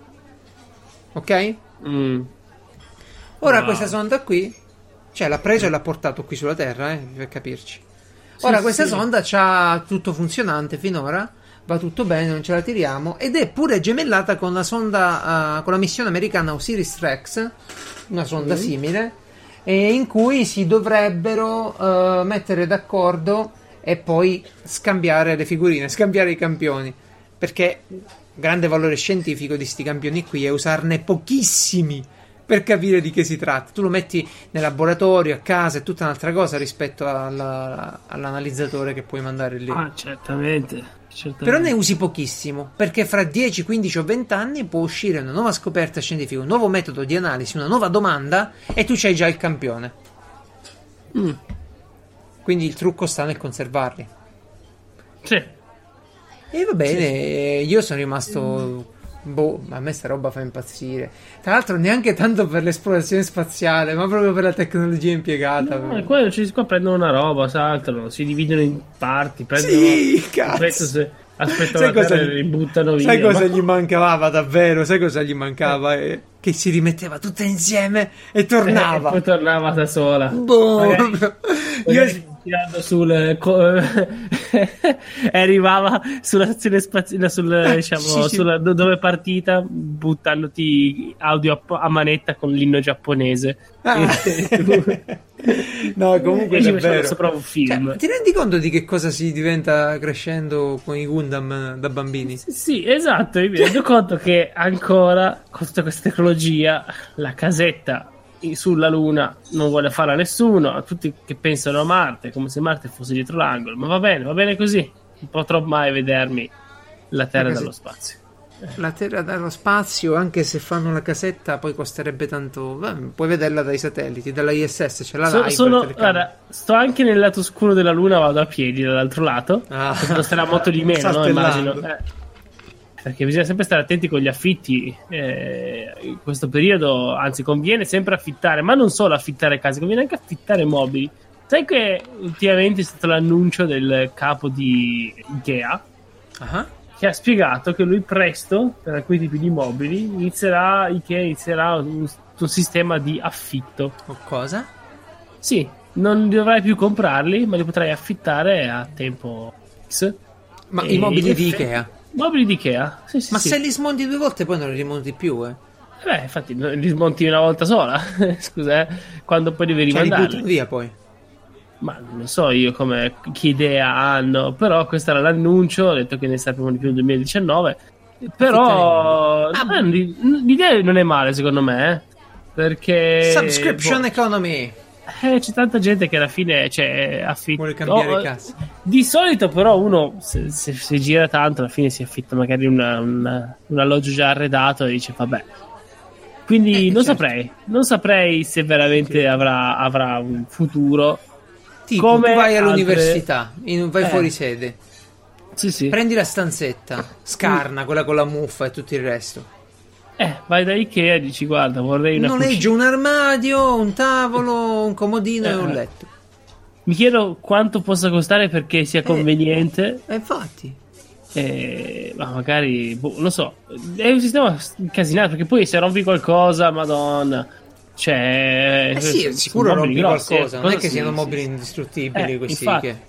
Ok? Mm. Ora wow. questa sonda qui, cioè l'ha preso e l'ha portato qui sulla Terra, eh, per capirci. Ora sì, questa sì. sonda c'ha tutto funzionante finora, va tutto bene, non ce la tiriamo, ed è pure gemellata con la sonda, uh, con la missione americana Osiris-Rex, una sonda mm. simile, e in cui si dovrebbero uh, mettere d'accordo e poi scambiare le figurine, scambiare i campioni, perché grande valore scientifico di sti campioni qui è usarne pochissimi per capire di che si tratta. Tu lo metti nel laboratorio, a casa, è tutta un'altra cosa rispetto alla, all'analizzatore che puoi mandare lì. Ah, certamente, certamente. Però ne usi pochissimo, perché fra dieci, quindici o venti anni può uscire una nuova scoperta scientifica, un nuovo metodo di analisi, una nuova domanda, e tu c'hai già il campione. Mm. Quindi il trucco sta nel conservarli. Sì. E va bene, sì. Io sono rimasto... Mm. Boh, a me sta roba fa impazzire. Tra l'altro neanche tanto per l'esplorazione spaziale, ma proprio per la tecnologia impiegata. No, e quello ci qua prendono una roba, saltano, si dividono in parti, prendono sì, cazzo. Se, aspettano la terra e li buttano via. Sai cosa ma... gli mancava davvero? Sai cosa gli mancava? Eh. Che si rimetteva tutta insieme e tornava. E poi tornava da sola. Boh. Magari, magari tirando sul e arrivava sulla stazione spaziale, sul, eh, diciamo, sì, sì. Sulla, dove è partita, buttandoti audio a, a manetta con l'inno giapponese. Ah. No, comunque è davvero sopra un film. Cioè, ti rendi conto di che cosa si diventa crescendo con i Gundam da bambini? Sì, sì, esatto. Mi rendo conto che ancora con tutta questa tecnologia la casetta sulla Luna non vuole farla nessuno, tutti che pensano a Marte come se Marte fosse dietro l'angolo, ma va bene, va bene così, non potrò mai vedermi la Terra Perché dallo se- spazio. La Terra dallo spazio, anche se fanno la casetta, poi costerebbe tanto. Beh, puoi vederla dai satelliti, dalla I S S c'è la So- live. sono, la telecamera. guarda, sto anche nel lato scuro della Luna, vado a piedi dall'altro lato, Ah. che costerà molto di meno, no? Saltellando. Immagino. Eh, perché bisogna sempre stare attenti con gli affitti. Eh, in questo periodo, anzi, conviene sempre affittare, ma non solo affittare case, conviene anche affittare mobili. Sai che ultimamente è stato l'annuncio del capo di Ikea, Ah. che ha spiegato che lui presto, per alcuni tipi di mobili, inizierà, Ikea inizierà un, un sistema di affitto. O cosa? Sì, non dovrai più comprarli, ma li potrai affittare a tempo X. Ma E i mobili in di effetti- Ikea? Mobili di Ikea? Sì, sì, Ma sì. se li smonti due volte poi non li rimonti più, eh. Beh, infatti, li smonti una volta sola. Scusa, eh, quando poi devi Cioè li rimandarli. buttano via poi. Ma non so io come che idea hanno, però questo era l'annuncio, ho detto che ne sapremo di più nel duemiladiciannove. Però Ah, eh, l'idea non è male secondo me, eh, perché Subscription boh, economy. eh, c'è tanta gente che alla fine cioè, affitta. Vuole cambiare oh, casa. Di solito però uno se, se, se gira tanto alla fine si affitta magari una, una, un alloggio già arredato e dice vabbè. Quindi Eh, non certo. saprei, non saprei se veramente Sì. avrà, avrà un futuro. Tipo, Come tu vai altre- all'università, in- vai Eh. fuori sede, Sì, sì. prendi la stanzetta, scarna, quella con la muffa e tutto il resto. Eh, vai da Ikea e dici guarda vorrei una Noleggio un armadio, un tavolo, un comodino e Eh. un letto. Mi chiedo quanto possa costare perché sia conveniente. E infatti. Eh, ma magari, boh, non so, è un sistema incasinato perché poi se rompi qualcosa, madonna, cioè, Eh sì, sono sicuro mobili rompi grossi, qualcosa, eh, non è cosa che sì, siano sì, mobili sì. indistruttibili Eh, questi infatti. che...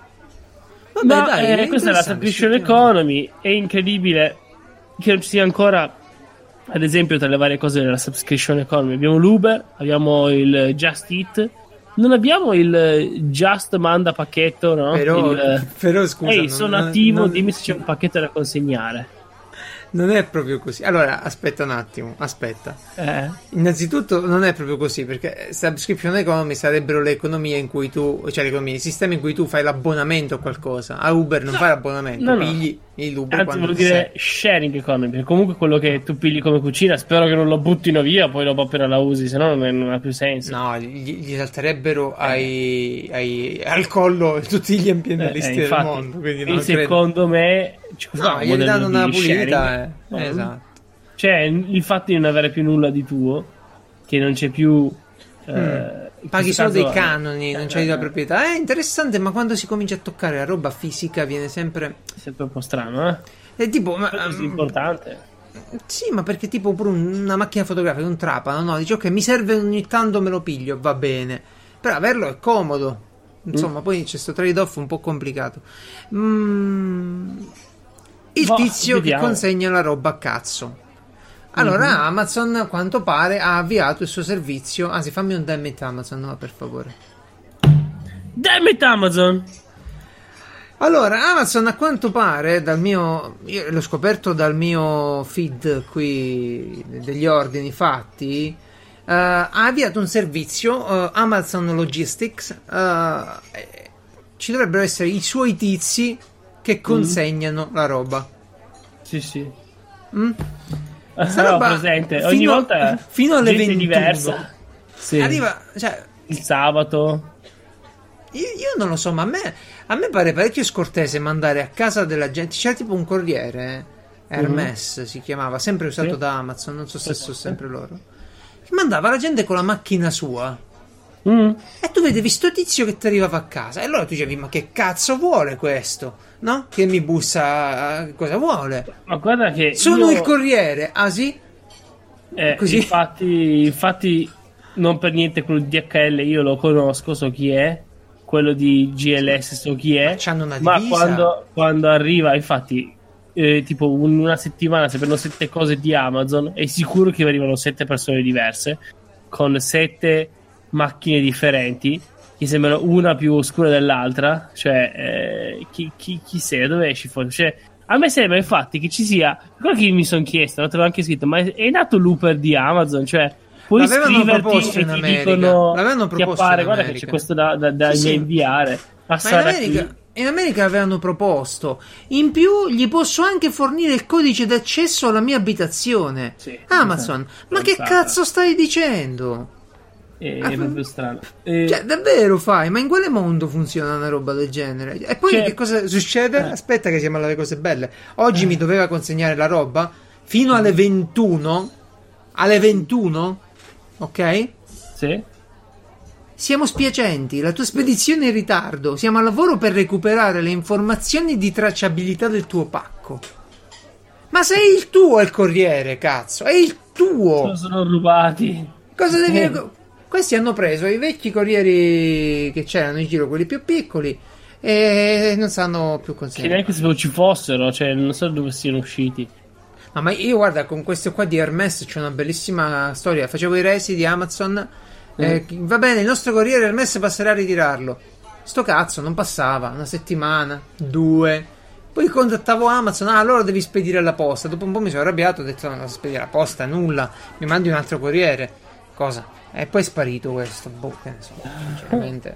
Vabbè, Ma dai, eh, è questa è la interessante, subscription effettivamente. economy. È incredibile che non ci sia ancora, ad esempio, tra le varie cose della subscription economy. Abbiamo l'Uber, abbiamo il Just Eat, non abbiamo il Just manda pacchetto, no? Però, Il, però scusa, ehi, non- sono non- attivo, non- dimmi se c'è un pacchetto da consegnare. non è proprio così. Allora, aspetta un attimo, aspetta. Eh. Innanzitutto non è proprio così, perché subscription economy sarebbero le economie in cui tu, cioè le economie, i sistemi in cui tu fai l'abbonamento a qualcosa. A Uber non No, fai l'abbonamento, no, no. pigli l'Uber Anzi, quando volevo ti dire sharing economy, perché comunque quello che tu pigli come cucina, spero che non lo buttino via poi dopo appena la usi, se no non, è- non ha più senso. No, gli, gli salterebbero ai, ai- al collo tutti gli ambientalisti Eh, del infatti, mondo. Quindi e non credo. secondo me ci No, sarà un gli modello danno una di pulita. sharing. Eh. No, Esatto. Cioè, il fatto di non avere più nulla di tuo, che non c'è più. eh, in Paghi questo solo dei caso- canoni, non eh, c'hai eh, la eh, proprietà. È interessante, ma quando si comincia a toccare la roba fisica viene sempre. È sempre un po' strano, eh? È tipo. Ma, Questo è um, importante. sì, ma perché tipo pure un- una macchina fotografica, un trapano, no? Dici ok, mi serve ogni tanto, me lo piglio, va bene. Però averlo è comodo. Insomma, Mm. poi c'è sto trade-off un po' complicato. Mm, il Boh, tizio vediamo. che consegna la roba a cazzo. Allora, Mhm. Amazon, a quanto pare, ha avviato il suo servizio. Anzi, fammi un damn it Amazon, no, per favore. Damn it, Amazon! Allora, Amazon a quanto pare, dal mio, io l'ho scoperto dal mio feed qui degli ordini fatti, eh, ha avviato un servizio, eh, Amazon Logistics, eh, eh, ci dovrebbero essere i suoi tizi che consegnano la roba. Sì, sì. Mm? Ah, Sta no, roba presente. Ogni fino- volta fino alle gente ventuno. diversa. Sì. Arriva, cioè, Il sabato. io, io non lo so, ma a me, a me pare parecchio scortese mandare a casa della gente. C'era tipo un corriere, eh, Hermes si chiamava, sempre usato Sì. da Amazon, non so se Sì, sono sì. sempre loro. Che mandava la gente con la macchina sua. Mm. E tu vedevi sto tizio che ti arrivava a casa. E allora tu dicevi, ma che cazzo vuole questo? No? Che mi bussa, eh, cosa vuole? Ma guarda che Sono io- il corriere, ah sì? eh, così. infatti, infatti non per niente quello di D H L io lo conosco, so chi è, quello di G L S so chi è, Ma c'hanno una ma divisa. quando, quando arriva infatti eh, tipo un- una settimana se prendono sette cose di Amazon è sicuro che arrivano sette persone diverse con sette macchine differenti che sembrano una più oscura dell'altra, cioè eh, chi, chi, chi sei, dove esci fuori? Cioè, a me sembra infatti che ci sia quello che mi sono chiesto, no? Te l'ho anche scritto, ma è, è nato l'Uber di Amazon, cioè puoi l'avevano iscriverti proposto e in ti America. dicono, L'avevano ti proposto appare, in guarda che America. c'è questo da, da, da Sì, sì. inviare. Ma Passa in da qui. America, in America avevano proposto. In più gli posso anche fornire il codice d'accesso alla mia abitazione. Sì, Amazon, ma che stronzata. cazzo stai dicendo? È, Ah, è proprio strano. Eh, Cioè, davvero fai? Ma in quale mondo funziona una roba del genere? E poi Cioè- che cosa succede? Eh. Aspetta che siamo alle cose belle. Oggi mi doveva consegnare la roba fino alle ventuno. Alle ventuno? Ok? sì. Siamo spiacenti, la tua spedizione è in ritardo. Siamo a lavoro per recuperare le informazioni di tracciabilità del tuo pacco. Ma sei il tuo il corriere, cazzo, è il tuo. Sono, sono rubati. Cosa devi... Eh. Questi hanno preso i vecchi corrieri che c'erano in giro, quelli più piccoli, e non sanno più Che consegnare. neanche sapevo ci fossero, cioè non so dove siano usciti. No, ma io guarda, con questo qua di Hermes c'è una bellissima storia. Facevo i resi di Amazon. Eh, va bene, il nostro corriere Hermes passerà a ritirarlo. Sto cazzo, non passava. Una settimana, due. Poi contattavo Amazon. Ah, allora devi spedire alla posta. Dopo un po' mi sono arrabbiato. Ho detto: no, non spedire alla posta, nulla. Mi mandi un altro corriere. Cosa? E poi è sparito questo. Boh, che ne so. Sinceramente,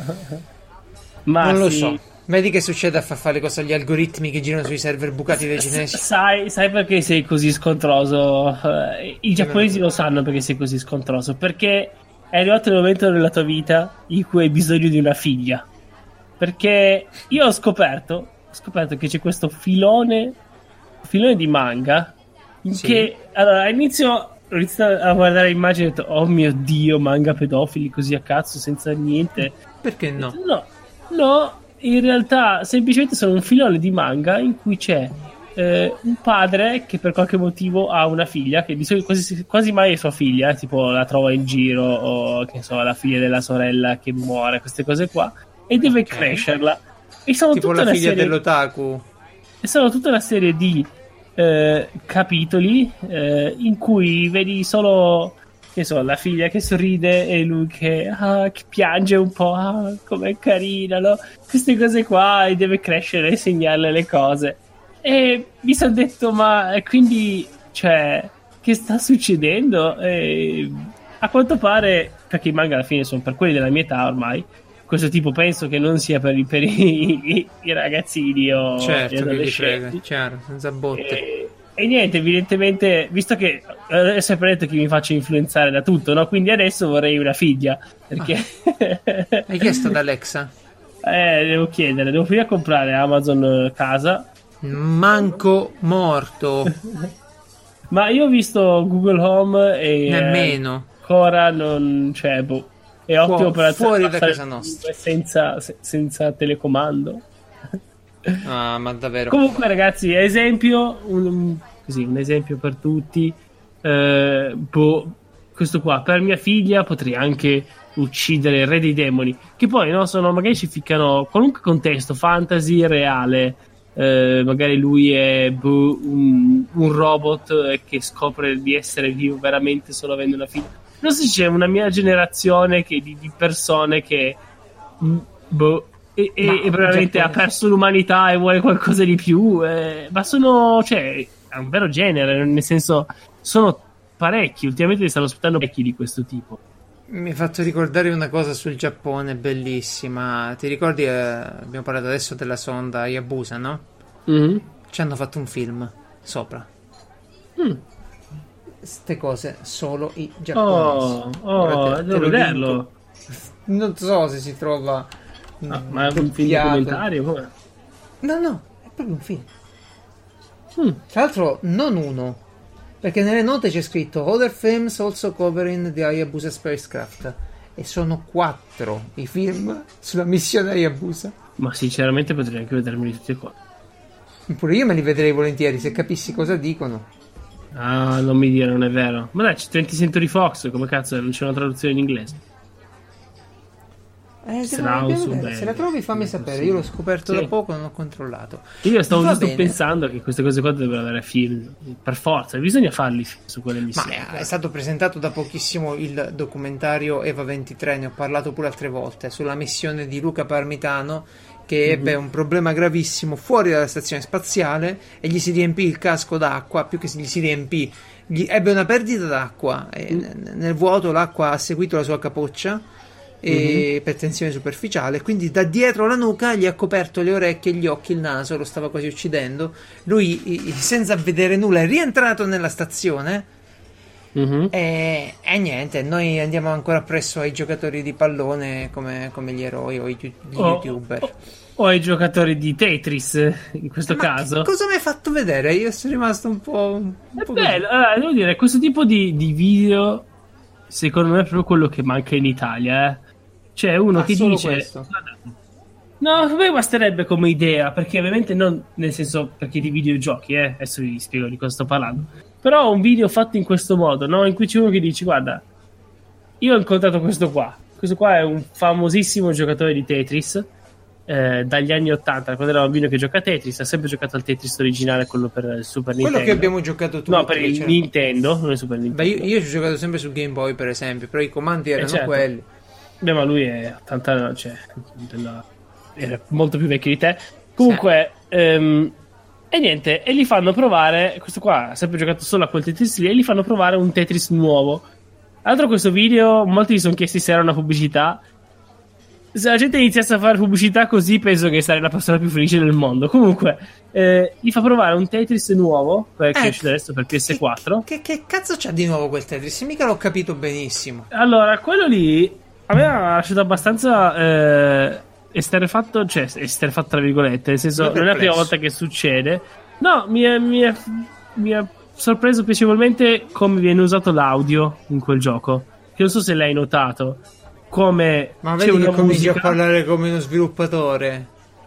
Ma non lo sì. so. Vedi che succede a far fare le cose agli algoritmi che girano sui server bucati dei cinesi. Sai, sai perché sei così scontroso? Eh, I giapponesi lo sanno perché sei così scontroso. Perché è arrivato il momento della tua vita in cui hai bisogno di una figlia. Perché io ho scoperto, ho scoperto che c'è questo filone, filone di manga in Sì. che allora all'inizio ho iniziato a guardare immagini e ho detto: oh mio dio, manga pedofili così a cazzo senza niente. Perché no? No, no, in realtà semplicemente sono un filone di manga in cui c'è eh, un padre che per qualche motivo ha una figlia che di solito quasi, quasi mai è sua figlia, tipo la trova in giro o che so, la figlia della sorella che muore, queste cose qua, e deve Ok. crescerla. E sono Tipo tutta la una figlia serie, dell'otaku. e sono tutta una serie di eh, capitoli eh, in cui vedi solo, che so, la figlia che sorride e lui che, ah, che piange un po', ah, com'è carina, no? Queste cose qua, e deve crescere e segnarle le cose. E mi sono detto, ma eh, quindi, cioè, che sta succedendo? E, a quanto pare, perché i manga alla fine sono per quelli della mia età ormai, questo tipo penso che non sia per i, per i, i- i ragazzini o gli Certo che gli frega, adolescenti. chiaro, senza botte. E, e niente, evidentemente, visto che eh, è sempre detto che mi faccio influenzare da tutto, no? Quindi adesso vorrei una figlia. Perché Hai chiesto ad Alexa? eh, devo chiedere, devo prima comprare Amazon eh, casa. Manco morto. Ma io ho visto Google Home e eh, Nemmeno. ancora non, cioè, boh, è Fu- ottimo per fuori da stare casa nostra. senza, se- senza telecomando. Ah, ma davvero. Comunque, ragazzi, esempio, un, così, un esempio per tutti. Eh, boh, questo qua per mia figlia potrei anche uccidere il re dei demoni. Che poi no, sono magari ci ficcano qualunque contesto, fantasy, reale. Eh, magari lui è boh, un, un robot eh, che scopre di essere vivo veramente solo avendo una figlia. Non so se c'è una mia generazione che, di, di persone che mh, boh, e, e, Ma e veramente ha Giappone- perso l'umanità e vuole qualcosa di più. eh, ma sono, cioè, è un vero genere, nel senso, sono parecchi. Ultimamente ne stanno aspettando parecchi di questo tipo. Mi hai fatto ricordare una cosa sul Giappone bellissima. Ti ricordi, eh, abbiamo parlato adesso della sonda Hayabusa, no? Mhm. Ci hanno fatto un film sopra. Mm. Ste cose solo i giapponesi. Oh, oh, Ora te- te devo lo vederlo. linko. Non so se si trova. Ah, mm, ma è un film doppiato. documentario? Come? No, no, è proprio un film. Mm. Tra l'altro, non uno. Perché nelle note c'è scritto Other films also covering the Hayabusa spacecraft. E sono quattro i film sulla missione Hayabusa. Ma sinceramente potrei anche vedermeli tutti qua. Pure io me li vedrei volentieri se capissi cosa dicono. Ah, non mi dire, non è vero. Ma dai, c'è twentieth Century Fox, come cazzo, non c'è una traduzione in inglese. Eh, se, Sarà la, un dobbiamo suo vedere. Se la bene. trovi fammi Sì, sapere. sì. Io l'ho scoperto Sì. da poco, non ho controllato. Io stavo Va giusto bene. pensando che queste cose qua dovrebbero avere film. Per forza, bisogna farli su quelle Ma missioni. è, è stato presentato da pochissimo il documentario Eva ventitré, ne ho parlato pure altre volte, sulla missione di Luca Parmitano che mm-hmm. ebbe un problema gravissimo fuori dalla stazione spaziale e gli si riempì il casco d'acqua, più che gli si riempì, gli ebbe una perdita d'acqua e mm. nel vuoto l'acqua ha seguito la sua capoccia e mm-hmm. per tensione superficiale, quindi da dietro la nuca gli ha coperto le orecchie, gli occhi, il naso, lo stava quasi uccidendo. Lui, senza vedere nulla, è rientrato nella stazione. Mm-hmm. E, e niente, noi andiamo ancora appresso ai giocatori di pallone come, come gli eroi o gli oh, youtuber o, o ai giocatori di Tetris in questo Ma caso. Cosa mi hai fatto vedere? Io sono rimasto un po', un è po' bello, allora, devo dire, questo tipo di, di video secondo me è proprio quello che manca in Italia, eh. C'è uno ah, che dice questo. No, a me basterebbe come idea, perché ovviamente non nel senso perché di videogiochi, eh, adesso vi spiego di cosa sto parlando. Però un video fatto in questo modo, no? In cui c'è uno che dice: guarda, io ho incontrato questo qua. Questo qua è un famosissimo giocatore di Tetris eh, dagli anni ottanta, quando era bambino che gioca a Tetris. Ha sempre giocato al Tetris originale, quello per il Super quello Nintendo. Quello che abbiamo giocato tutti. No, per il cioè... Nintendo, non il Super Nintendo. Beh, io, io ci ho giocato sempre su Game Boy, per esempio, però i comandi erano eh certo. quelli. Beh, ma lui è ottanta, cioè, della... era molto più vecchio di te. Comunque, sì. ehm, e niente, e gli fanno provare. Questo qua ha sempre giocato solo a quel Tetris lì. E gli fanno provare un Tetris nuovo. Altro questo video, molti mi sono chiesti se era una pubblicità. Se la gente iniziasse a fare pubblicità così, penso che sarei la persona più felice del mondo. Comunque, eh, gli fa provare un Tetris nuovo, perché eh, è uscito adesso per P S quattro. Che, che, che cazzo c'ha di nuovo quel Tetris? Mica l'ho capito benissimo. Allora, quello lì a me ha lasciato abbastanza eh, esterefatto, cioè esterefatto tra virgolette, nel senso non è la prima volta che succede. No, mi è, mi è, mi è sorpreso piacevolmente come viene usato l'audio in quel gioco, che non so se l'hai notato. Come ma vedi che cominci musica... a parlare come uno sviluppatore.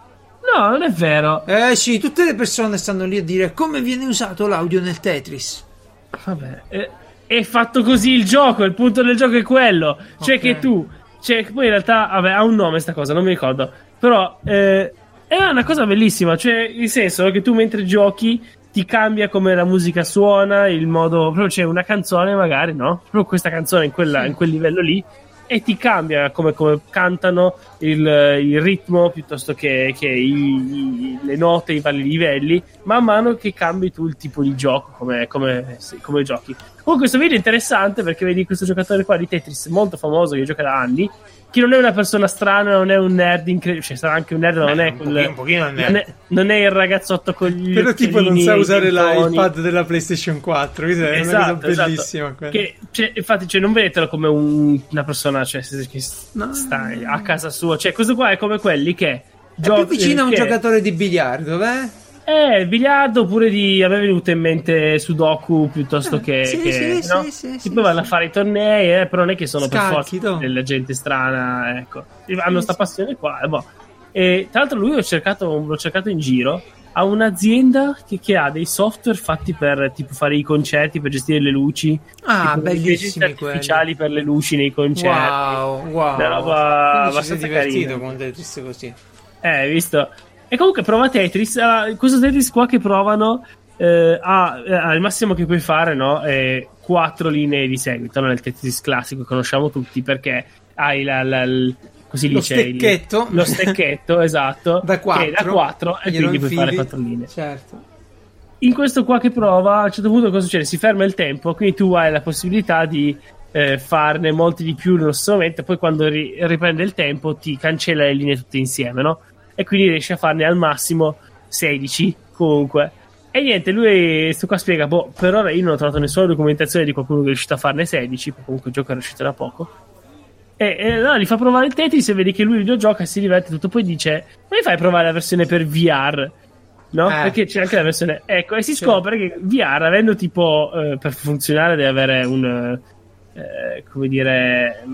No, non è vero. Eh sì, tutte le persone stanno lì a dire come viene usato l'audio nel Tetris. Vabbè, è, è fatto così il gioco, il punto del gioco è quello. Cioè okay. che tu, cioè poi in realtà, vabbè, ha un nome sta cosa, non mi ricordo. Però eh, è una cosa bellissima, cioè il senso che tu mentre giochi ti cambia come la musica suona, il modo, proprio c'è una canzone magari, no? Proprio questa canzone in, quella, sì. in quel livello lì. E ti cambia come, come cantano il, il ritmo piuttosto che, che i, i, le note, i vari livelli, man mano che cambi tu il tipo di gioco, come, come, sì, come giochi. Comunque questo video è interessante perché vedi questo giocatore qua di Tetris molto famoso che gioca da anni, che non è una persona strana, non è un nerd incredibile, cioè sarà anche un nerd, ma non, è quel, un pochino nerd. Non, è, non è il ragazzotto con gli però tipo non sa usare la, il pad della PlayStation quattro, questa è esatto, una cosa bellissima, esatto. Che, cioè, infatti cioè, non vedetelo come un, una persona cioè, che no. sta a casa sua, cioè questo qua è come quelli che è gio- più vicino a un che... giocatore di biliardo, beh? Eh, il biliardo oppure di aver venuto in mente Sudoku piuttosto che, eh, sì, che sì, no? sì, sì, sì, poi vanno sì. a fare i tornei, eh, però non è che sono Scacchi, per forza della gente strana, ecco. Hanno sì, sta passione qua, eh, boh. E tra l'altro lui l'ho cercato, l'ho cercato in giro, ha un'azienda che, che ha dei software fatti per tipo fare i concerti, per gestire le luci, ah, bellissimi artificiali per le luci nei concerti. Wow, wow. Una roba abbastanza divertito con Tetris così. Eh, hai visto? E comunque prova Tetris, uh, questo Tetris qua che provano eh, ha, ha il massimo che puoi fare, no? È quattro linee di seguito, non è il Tetris classico che conosciamo tutti, perché hai la, la, la così lo stecchetto, il, lo stecchetto esatto, da quattro, che è da quattro e quindi puoi fare quattro linee. Certo. In questo qua che prova, a un certo punto cosa succede? Si ferma il tempo, quindi tu hai la possibilità di eh, farne molti di più nello stesso momento, poi quando ri- riprende il tempo ti cancella le linee tutte insieme, no? E quindi riesce a farne al massimo sedici comunque. E niente, lui sto qua spiega, boh, per ora io non ho trovato nessuna documentazione di qualcuno che è riuscito a farne sedici, perché comunque il gioco è riuscito da poco. E, e no, gli fa provare il Tetris e vedi che lui videogioca e si diverte tutto, poi dice ma mi fai provare la versione per V R, no? Eh. Perché c'è anche la versione, ecco, e si c'è. Scopre che V R, avendo tipo eh, per funzionare deve avere un eh, come dire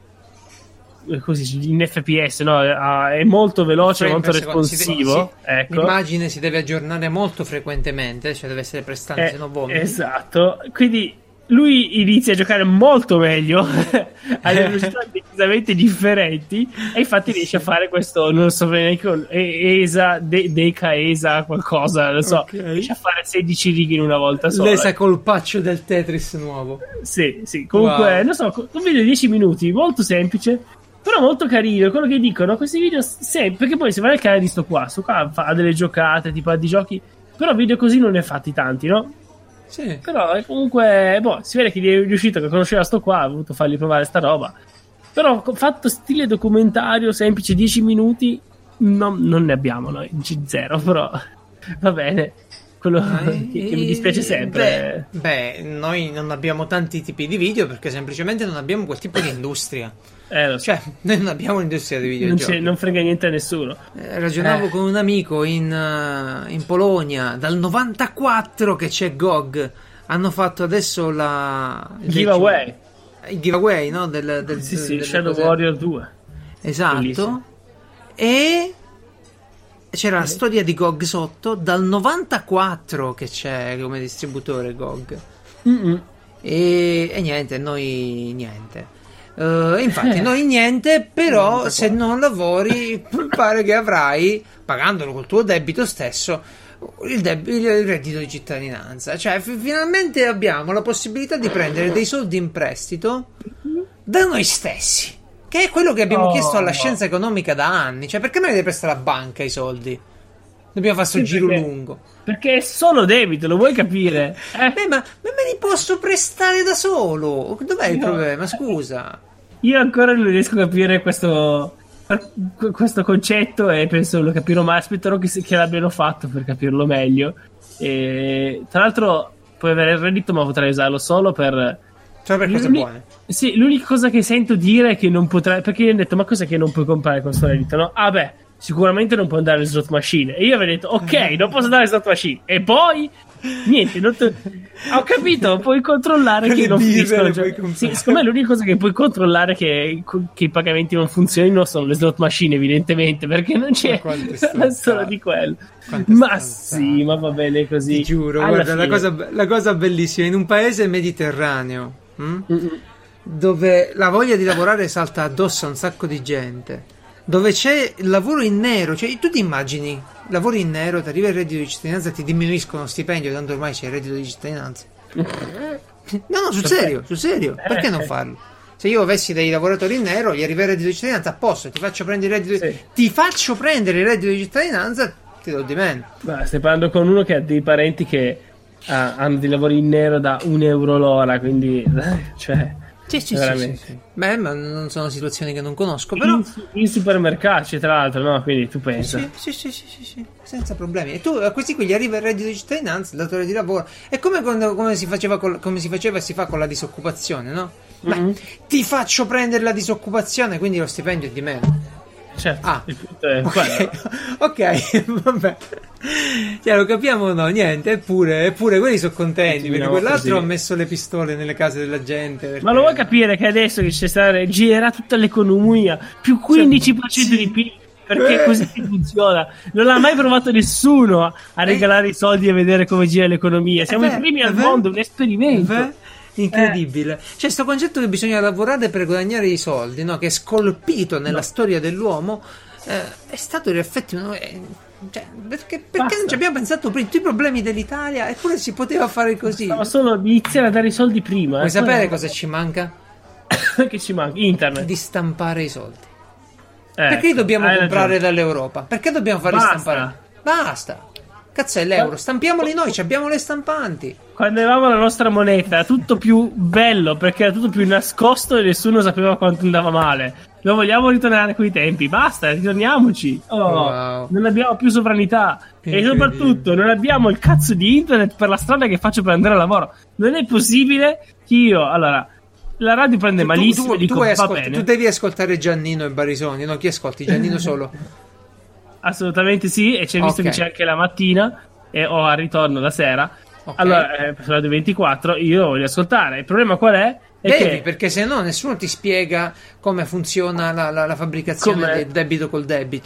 così in F P S, no? È molto veloce, frame molto responsivo. Si, ecco. L'immagine si deve aggiornare molto frequentemente, cioè deve essere prestante, eh, se no vomiti. Esatto, quindi lui inizia a giocare molto meglio a velocità decisamente differenti e infatti riesce a fare questo, non so neanche ESA, de, Deca ESA qualcosa, non so, okay. Riesce a fare sedici righe in una volta sola. L'ESA colpaccio del Tetris nuovo. Sì, sì, comunque wow. Non so, un video di dieci minuti molto semplice, Però molto carino, quello che dicono, questi video, se, perché poi se vai al canale di sto qua, sto qua fa delle giocate, tipo di giochi, però video così non ne ha fatti tanti, no? Sì. Però è comunque, boh, si vede che gli è riuscito, che conosceva sto qua, ha voluto fargli provare sta roba. Però fatto stile documentario, semplice, dieci minuti, no, non ne abbiamo noi, zero, però va bene. Quello che, che mi dispiace sempre. Beh, beh, noi non abbiamo tanti tipi di video perché semplicemente non abbiamo quel tipo di industria. Eh, lo so. Cioè, noi non abbiamo un'industria di videogiochi. Non, non frega niente a nessuno. Eh, ragionavo eh. con un amico in, uh, in Polonia, dal novantaquattro che c'è G O G. Hanno fatto adesso la... giveaway. Il giveaway, no? Del, del, sì, del, sì, Shadow cose... Warrior due. Esatto. Bellissimo. E... c'era la storia di G O G sotto dal novantaquattro che c'è come distributore G O G. E, e niente, noi niente. Uh, infatti, eh. noi niente, però se non lavori, pare che avrai, pagandolo col tuo debito stesso, il, deb- il reddito di cittadinanza. Cioè, f- finalmente abbiamo la possibilità di prendere dei soldi in prestito da noi stessi. Che è quello che abbiamo oh, chiesto alla no. scienza economica da anni. Cioè, perché noi deve prestare la banca i soldi? Dobbiamo fare sto sì, giro perché, lungo. Perché è solo debito, lo vuoi capire? Eh? Beh, ma, ma me li posso prestare da solo. Dov'è il no. problema? Scusa. Io ancora non riesco a capire questo, questo concetto e penso lo capirò mai. Aspetterò che, che l'abbiano fatto per capirlo meglio. E, tra l'altro, puoi avere il reddito, ma potrai usarlo solo per... Cioè per cose buone. Sì, l'unica cosa che sento dire è che non potrai, perché io ho detto ma cos'è che non puoi comprare con questo reddito, no? Ah beh, sicuramente non puoi andare alle slot machine. E io avevo detto ok, non posso andare alle slot machine. E poi niente, non te... ho capito, puoi controllare che non finiscono. Cioè, sì, secondo me l'unica cosa che puoi controllare che, che i pagamenti non funzionino sono le slot machine, evidentemente, perché non c'è solo di quello. Quante ma stanzate. Sì, ma va bene così. Ti giuro, alla guarda, la cosa, la cosa bellissima in un paese mediterraneo Mm? dove la voglia di lavorare salta addosso a un sacco di gente, dove c'è il lavoro in nero, cioè tu ti immagini lavori in nero, ti arriva il reddito di cittadinanza e ti diminuiscono lo stipendio, tanto ormai c'è il reddito di cittadinanza. No, no, sul serio, sul serio, perché non farlo? Se io avessi dei lavoratori in nero, gli arriva il reddito di cittadinanza, a posto, ti faccio prendere il reddito di... sì. ti faccio prendere il reddito di cittadinanza, ti do di meno. Beh, stai parlando con uno che ha dei parenti che Ah, hanno dei lavori in nero da un euro l'ora, quindi cioè sì, sì, sì, sì. Beh, ma non sono situazioni che non conosco, però in, in supermercati tra l'altro, no? Quindi tu pensa sì, sì, sì, sì, sì, sì, senza problemi. E tu a questi qui gli arriva il reddito di cittadinanza, il datore di lavoro. È come quando come si faceva con, come si faceva e si fa con la disoccupazione, no? Mm-hmm. Beh, ti faccio prendere la disoccupazione, quindi lo stipendio è di meno. Certo, ah, il punto è ok, ok, vabbè, cioè lo capiamo o no? Niente, eppure, eppure quelli sono contenti perché quell'altro così ha messo le pistole nelle case della gente. Perché... Ma lo vuoi capire che adesso che c'è stata girerà tutta l'economia più quindici per cento sì. di P I L perché eh. così funziona? Non ha mai provato nessuno a regalare eh. i soldi e vedere come gira l'economia. Siamo eh beh, i primi al beh, mondo, un esperimento. Beh. Incredibile, eh. C'è questo concetto che bisogna lavorare per guadagnare i soldi, no? Che è scolpito nella no. storia dell'uomo, eh, è stato in effetti uno, eh, cioè, perché, perché non ci abbiamo pensato prima? Tutti i problemi dell'Italia, eppure si poteva fare così. Ma solo iniziare a dare i soldi prima. Vuoi eh, sapere poi... cosa ci manca? Che ci manca? Internet. Di stampare i soldi. Eh, perché dobbiamo comprare ragione. dall'Europa? Perché dobbiamo farli Basta. stampare? Basta. Cazzo è l'euro, stampiamoli noi, abbiamo le stampanti. Quando avevamo la nostra moneta era tutto più bello perché era tutto più nascosto e nessuno sapeva quanto andava male. Lo vogliamo ritornare a quei tempi, basta, ritorniamoci. Oh, wow. Non abbiamo più sovranità e soprattutto non abbiamo il cazzo di internet per la strada che faccio per andare al lavoro. Non è possibile che io, allora, la radio prende tu, malissimo tu, tu, e dico, tu, va ascolti, bene. Tu devi ascoltare Giannino e Barisoni, no? Chi ascolti? Giannino solo? Assolutamente sì, e c'è visto okay. che c'è anche la mattina e o al ritorno la sera. Okay. Allora, eh, per Radio ventiquattro io voglio ascoltare. Il problema qual è? È Devi, che... perché se no nessuno ti spiega come funziona la, la, la fabbricazione come... del debito col debito.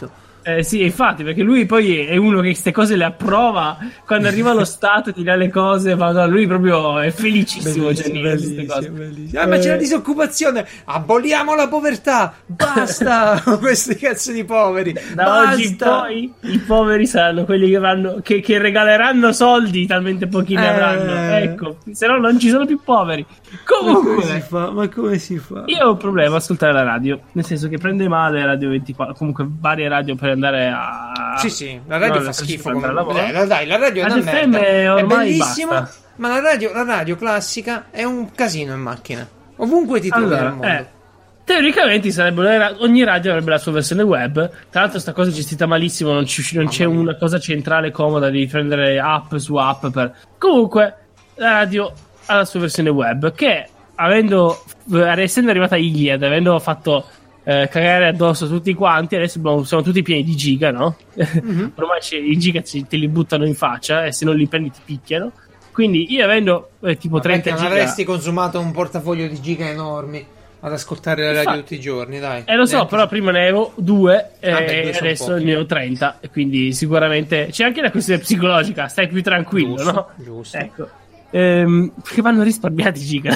Eh sì, infatti, perché lui poi è uno che queste cose le approva. Quando arriva lo Stato ti dà le cose, ma no, lui proprio è felicissimo. Bellissimo, Giannino, queste bellissimo, cose. bellissimo. Ah, ma c'è la Eh, disoccupazione, aboliamo la povertà, basta con questi cazzo di poveri, Da basta. oggi in poi i poveri saranno quelli che vanno che, che regaleranno soldi, talmente pochi ne Eh. avranno. Ecco, se no non ci sono più poveri. Ma come si Comunque, fa? Ma come si fa? io ho un problema a ascoltare la radio, nel senso che prende male Radio ventiquattro, comunque varie radio per andare a... Sì, sì, la radio no, fa per schifo. andare al Come... lavoro. Eh, la- dai, la radio è una Radio F M merda. È ormai bellissima, basta. ma la radio, la radio classica è un casino in macchina. Ovunque ti trovi Allora, nel mondo. eh, teoricamente sarebbe una ra- ogni radio avrebbe la sua versione web. Tra l'altro sta cosa è gestita malissimo, non, ci- non c'è Mamma mia. una cosa centrale comoda di prendere app su app per... Comunque la radio ha la sua versione web che, avendo eh, essendo arrivata Iliad, avendo fatto eh, cagare addosso tutti quanti, adesso abbiamo- siamo tutti pieni di giga, no? Mhm. Ormai c'è- i giga ci- te li buttano in faccia e se non li prendi ti picchiano. Quindi io avendo eh, tipo Ma trenta perché non giga... avresti consumato un portafoglio di giga enormi ad ascoltare la radio Infatti. tutti i giorni, dai. Eh lo so, Neanche- però prima ne avevo due e Vabbè, due sono adesso pochi. ne ho trenta, e quindi sicuramente c'è anche la questione psicologica, stai più tranquillo, Giusto, no? giusto. Ecco. Ehm, perché vanno risparmiati i giga.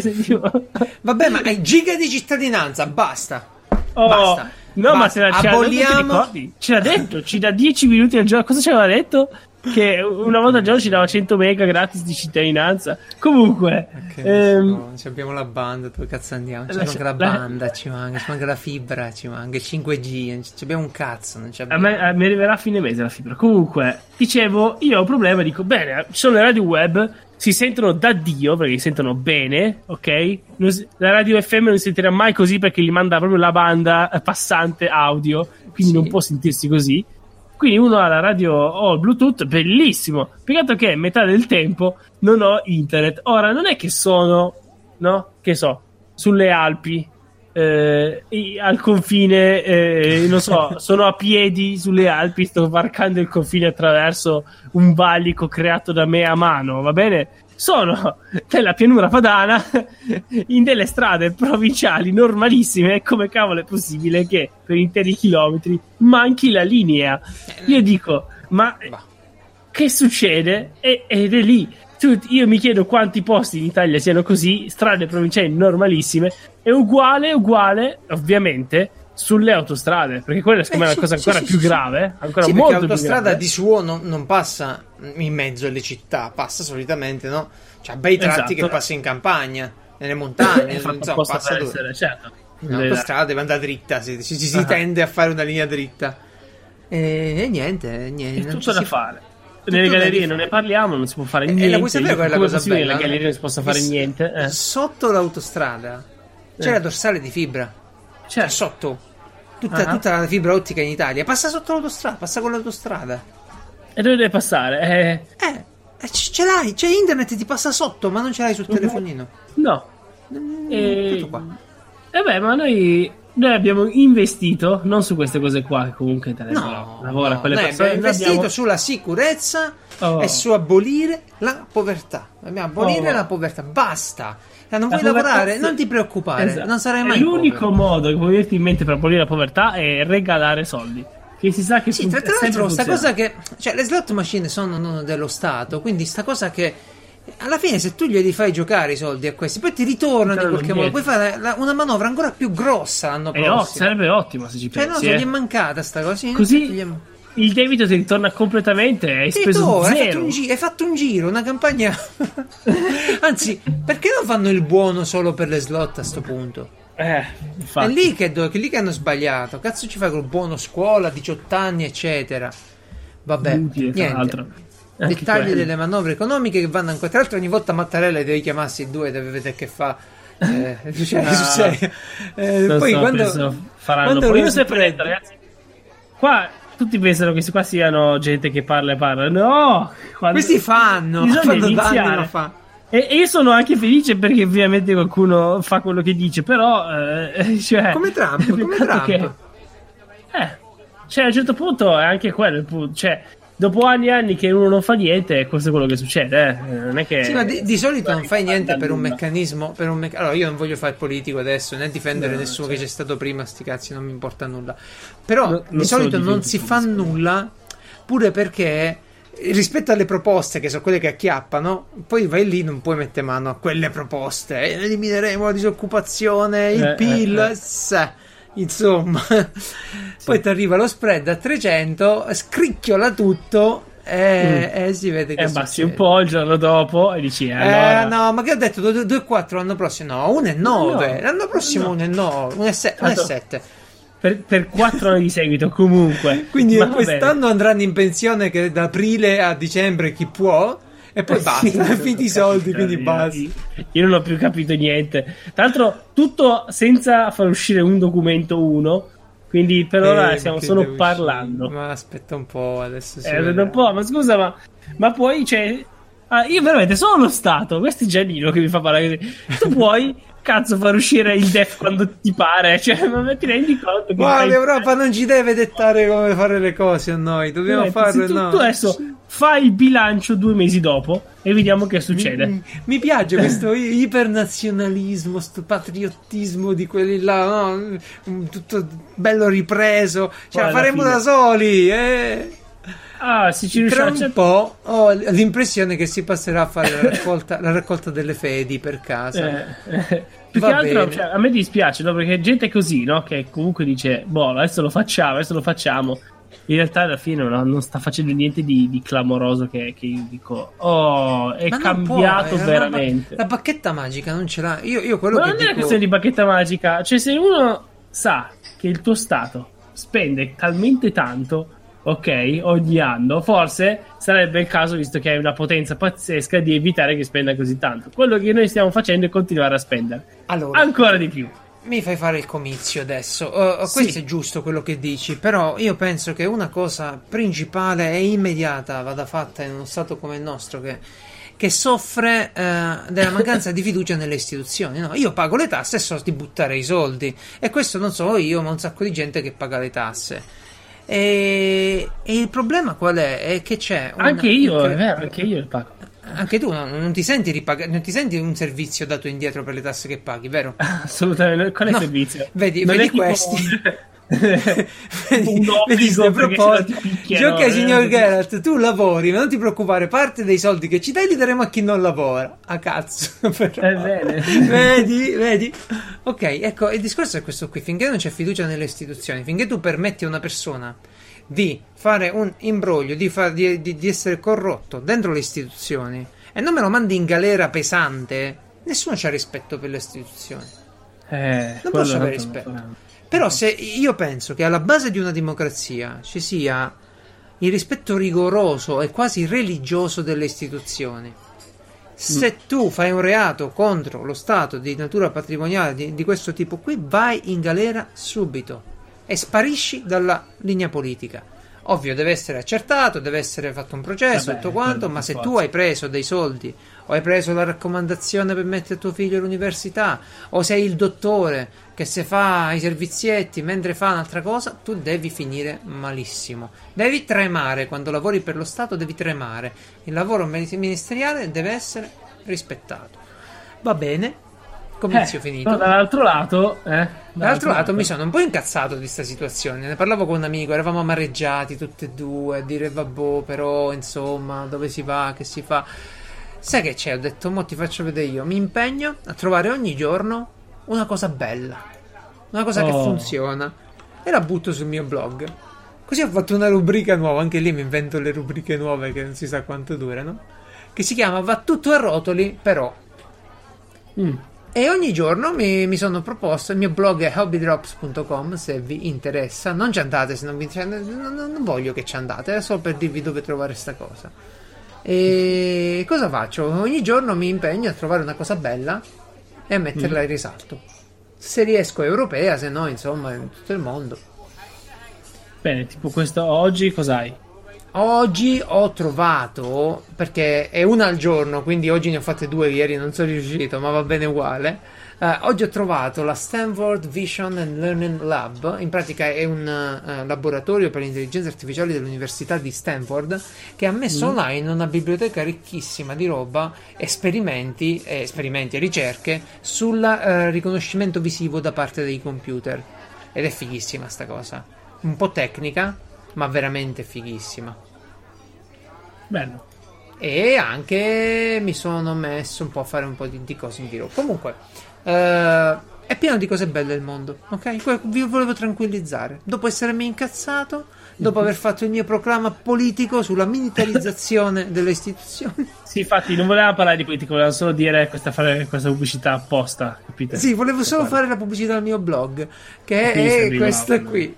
Vabbè, ma hai giga di cittadinanza, basta. Oh, Basta. no, ma Basta. se la c'era, non ti Aboliamo- ricordi? Ce l'ha detto, ci dà dieci minuti al giorno. Cosa ci aveva detto? Che una volta al giorno ci dava cento mega gratis di cittadinanza. Comunque, Ok, ehm, no, ci abbiamo la banda, dove cazzo andiamo? Ci la- manca la la- banda, ci manca, ci manca la fibra, ci manca il cinque G, non ci abbiamo un cazzo, non ci A abbiamo. me, a- mi arriverà a fine mese la fibra. Comunque, dicevo, io ho un problema. Dico, bene, ci sono le radio web, si sentono da Dio perché si sentono bene, ok? Non si- la radio F M non si sentirà mai così perché gli manda proprio la banda eh, passante audio, quindi Sì. non può sentirsi così. Quindi uno ha la radio, ho il Bluetooth, bellissimo. Peccato che metà del tempo non ho internet. Ora, non è che sono, no? Che so, sulle Alpi. Eh, i- al confine, eh, non so, sono a piedi sulle Alpi, sto varcando il confine attraverso un valico creato da me a mano, va bene? Sono nella pianura padana in delle strade provinciali normalissime. Come cavolo è possibile che per interi chilometri manchi la linea? Io dico, ma Bah. che succede? E- ed è lì. Tu- io mi chiedo quanti posti in Italia siano così, strade provinciali normalissime. È uguale, uguale, ovviamente, sulle autostrade, perché quella secondo me è Eh, una sì, cosa ancora sì, più sì, grave, ancora sì, molto perché più l'autostrada grave. di suo non, non passa in mezzo alle città, passa solitamente, no? C'ha bei tratti Esatto. che passa in campagna, nelle montagne, È fatto insomma, apposta passa per dove. essere, certo. L'autostrada deve andare dritta, si, si, si Ah. tende a fare una linea dritta. E, e niente, niente. È non tutto ci da si fa. fare. Tutto Nelle da gallerie rifare. non ne parliamo, non si può fare E- e niente. la vuoi sapere qual è la Come cosa possibile che bella? nelle gallerie non si possa fare S- niente? Eh. Sotto l'autostrada c'è Eh. la dorsale di fibra. Cioè, Certo. sotto. Tutta, Ah. tutta la fibra ottica in Italia passa sotto l'autostrada, passa con l'autostrada. E dove deve passare? Eh, Eh, eh, c- ce l'hai, c'è internet e ti passa sotto, ma non ce l'hai sul telefonino. no. Mm, E... Tutto qua. E beh, ma noi, noi abbiamo investito non su queste cose qua, che comunque Telefono No, lavora no, quelle noi persone. abbiamo Noi investito abbiamo- sulla sicurezza Oh. e su abolire la povertà. Dobbiamo abolire Oh. la povertà, basta. Eh, non La vuoi povertà- lavorare? Non ti preoccupare, Esatto. non sarai È mai l'unico povero. modo che può venirti in mente per abolire la povertà è regalare soldi. Che si sa che Sì, fun- tra, tra sempre l'altro, sta funziona. cosa che. Cioè, le slot machine sono non dello Stato, quindi sta cosa che. Alla fine, se tu glieli fai giocare i soldi a questi, poi ti ritornano in Ritornano qualche modo. indietro. Puoi fare la- una manovra ancora più grossa l'anno Eh no, prossimo. sarebbe ottimo se ci Cioè, pensi. no, se eh. gli è mancata sta cosa. Sì, Così gli è- il debito ti ritorna completamente. Hai Sì, speso tu, hai fatto, zero. un gi- hai fatto un giro, una campagna. Anzi, perché non fanno il buono solo per le slot a sto punto? Eh, infatti. È lì che, do- che lì che hanno sbagliato. Cazzo ci fai col buono scuola, diciotto anni, eccetera. Vabbè, Utile, tra niente. l'altro. Anche Dettagli quello. delle manovre economiche che vanno ancora. Tra l'altro, ogni volta Mattarella devi chiamarsi due, deve vedere che fa. Eh, cioè, Ah, sul serio. Eh, Non poi so, quando penso faranno quando poi. lo Io si sempre detto, prende- ragazzi. Qua tutti pensano che qua siano gente che parla e parla. No, quando- questi fanno, bisogna quando danni iniziare. lo fa. E, e io sono anche felice perché ovviamente qualcuno fa quello che dice, però eh, cioè, Come Trump, come peccato Trump. che- eh, cioè a un certo punto è anche quello il punto, cioè dopo anni e anni che uno non fa niente, questo è quello che succede, eh. Non è che sì, ma di, di solito non fai niente per un meccanismo, per un mecc- allora io non voglio fare politico adesso né difendere no, nessuno cioè... che c'è stato prima, sti cazzi, non mi importa nulla, però no, di solito non si fa nulla pure perché rispetto alle proposte che sono quelle che acchiappano, poi vai lì, non puoi mettere mano a quelle proposte, elimineremo la disoccupazione, il eh, P I L, eh, eh. Sì. Insomma, sì. Poi ti arriva lo spread a trecento, scricchiola tutto e, mm. e si vede che e abbassi un po' il giorno dopo e dici eh, allora... eh no, ma che ho detto due virgola quattro l'anno prossimo? No, uno virgola nove, no, l'anno prossimo no. uno virgola nove, uno virgola sette per, per quattro anni di seguito comunque. Quindi quest'anno andranno in pensione che da aprile a dicembre chi può e poi basta, sì, finiti i soldi, capito, quindi basta. Io non ho più capito niente. Tra l'altro tutto senza far uscire un documento uno, quindi per ora eh, stiamo solo parlando. Ma aspetta un po', adesso si eh, un po', ma scusa, ma, ma poi cioè, ah, io veramente sono lo Stato, questo è Giannino che mi fa parlare così. Tu puoi cazzo far uscire il D E F quando ti pare, cioè ma ti rendi conto che ma l'Europa non ci deve dettare come fare le cose a noi, dobbiamo farle tu, no. Tu adesso fai il bilancio due mesi dopo e vediamo che succede. Mi, mi piace questo ipernazionalismo, sto patriottismo di quelli là, no? Tutto bello ripreso, cioè poi faremo da soli, eh. Ah, si ci tra un po' ho l'impressione che si passerà a fare la raccolta, la raccolta delle fedi per casa. Eh, eh, più che altro, cioè, a me dispiace, no? Perché gente così, no? Che comunque dice, boh, adesso lo facciamo, adesso lo facciamo. In realtà alla fine no, non sta facendo niente di, di clamoroso che, che io dico, oh, è cambiato può, veramente. La bacchetta magica non ce l'ha. Io, io quello Ma che non dico... è una questione di bacchetta magica. Cioè, se uno sa che il tuo Stato spende talmente tanto, ok, ogni anno, forse sarebbe il caso, visto che hai una potenza pazzesca, di evitare che spenda così tanto. Quello che noi stiamo facendo è continuare a spendere allora, ancora di più. Mi fai fare il comizio adesso. Uh, questo sì. È giusto quello che dici, però io penso che una cosa principale e immediata vada fatta in uno Stato come il nostro che, che soffre uh, della mancanza di fiducia nelle istituzioni. No, io pago le tasse e so di buttare i soldi, e questo non solo io, ma un sacco di gente che paga le tasse. E, e il problema qual è? È che c'è una... anche io, è vero, anche io le pago. Anche tu non, non ti senti ripag- non ti senti un servizio dato indietro per le tasse che paghi, vero? Assolutamente. Qual è il no, servizio? Vedi, vedi questi. vedi, vedi a proposito. Ok, signor Geralt, tu lavori, ma non ti preoccupare, parte dei soldi che ci dai li daremo a chi non lavora. A cazzo. Però. È bene. Vedi, vedi. Ok, ecco, il discorso è questo qui. Finché non c'è fiducia nelle istituzioni, finché tu permetti a una persona di fare un imbroglio, di, far, di, di, di essere corrotto dentro le istituzioni e non me lo mandi in galera pesante, nessuno c'ha rispetto per le istituzioni. Eh, non posso avere rispetto. Non Però se io penso che alla base di una democrazia ci sia il rispetto rigoroso e quasi religioso delle istituzioni, se mm. tu fai un reato contro lo Stato di natura patrimoniale di, di questo tipo qui, vai in galera subito e sparisci dalla linea politica. Ovvio, deve essere accertato, deve essere fatto un processo, Vabbè, tutto quanto, ma se forza. tu hai preso dei soldi o hai preso la raccomandazione per mettere tuo figlio all'università, o sei il dottore che se fa i servizietti mentre fa un'altra cosa, tu devi finire malissimo. Devi tremare, quando lavori per lo Stato devi tremare. Il lavoro ministeriale deve essere rispettato. Va bene? Comizio eh, finito. No, dall'altro lato, eh, dall'altro, dall'altro lato, lato mi sono un po' incazzato di questa situazione. Ne parlavo con un amico, eravamo amareggiati tutti e due a dire vabbè, però insomma, dove si va, che si fa. Sai che c'è? Ho detto, mo ti faccio vedere io. Mi impegno a trovare ogni giorno una cosa bella, una cosa oh. che funziona, e la butto sul mio blog. Così ho fatto una rubrica nuova. Anche lì mi invento le rubriche nuove che non si sa quanto durano, che si chiama Va tutto a rotoli però. Mm. E ogni giorno mi, mi sono proposto, il mio blog è hobbydrops punto com, se vi interessa. Non ci andate se non vi cioè, non, non voglio che ci andate, è solo per dirvi dove trovare sta cosa. E cosa faccio? Ogni giorno mi impegno a trovare una cosa bella e a metterla mm. in risalto. Se riesco europea, se no insomma in tutto il mondo. Bene, tipo questo oggi cos'hai? Oggi ho trovato, perché è una al giorno, quindi oggi ne ho fatte due, ieri non sono riuscito, ma va bene uguale. Uh, oggi ho trovato la Stanford Vision and Learning Lab. In pratica è un uh, laboratorio per l'intelligenza artificiale dell'Università di Stanford, che ha messo mm. online una biblioteca ricchissima di roba, esperimenti, eh, esperimenti e ricerche sul uh, riconoscimento visivo da parte dei computer. Ed è fighissima sta cosa. Un po' tecnica, ma veramente fighissima. Bello. E anche mi sono messo un po' a fare un po' di, di cose in giro. Comunque uh, è pieno di cose belle il mondo, ok? Vi volevo tranquillizzare. Dopo essermi incazzato, dopo aver fatto il mio proclama politico sulla militarizzazione delle istituzioni. Sì, infatti non volevamo parlare di politica, volevamo solo dire questa, fare questa pubblicità apposta, capite? Sì, volevo solo fare la pubblicità del mio blog, che è questa qui.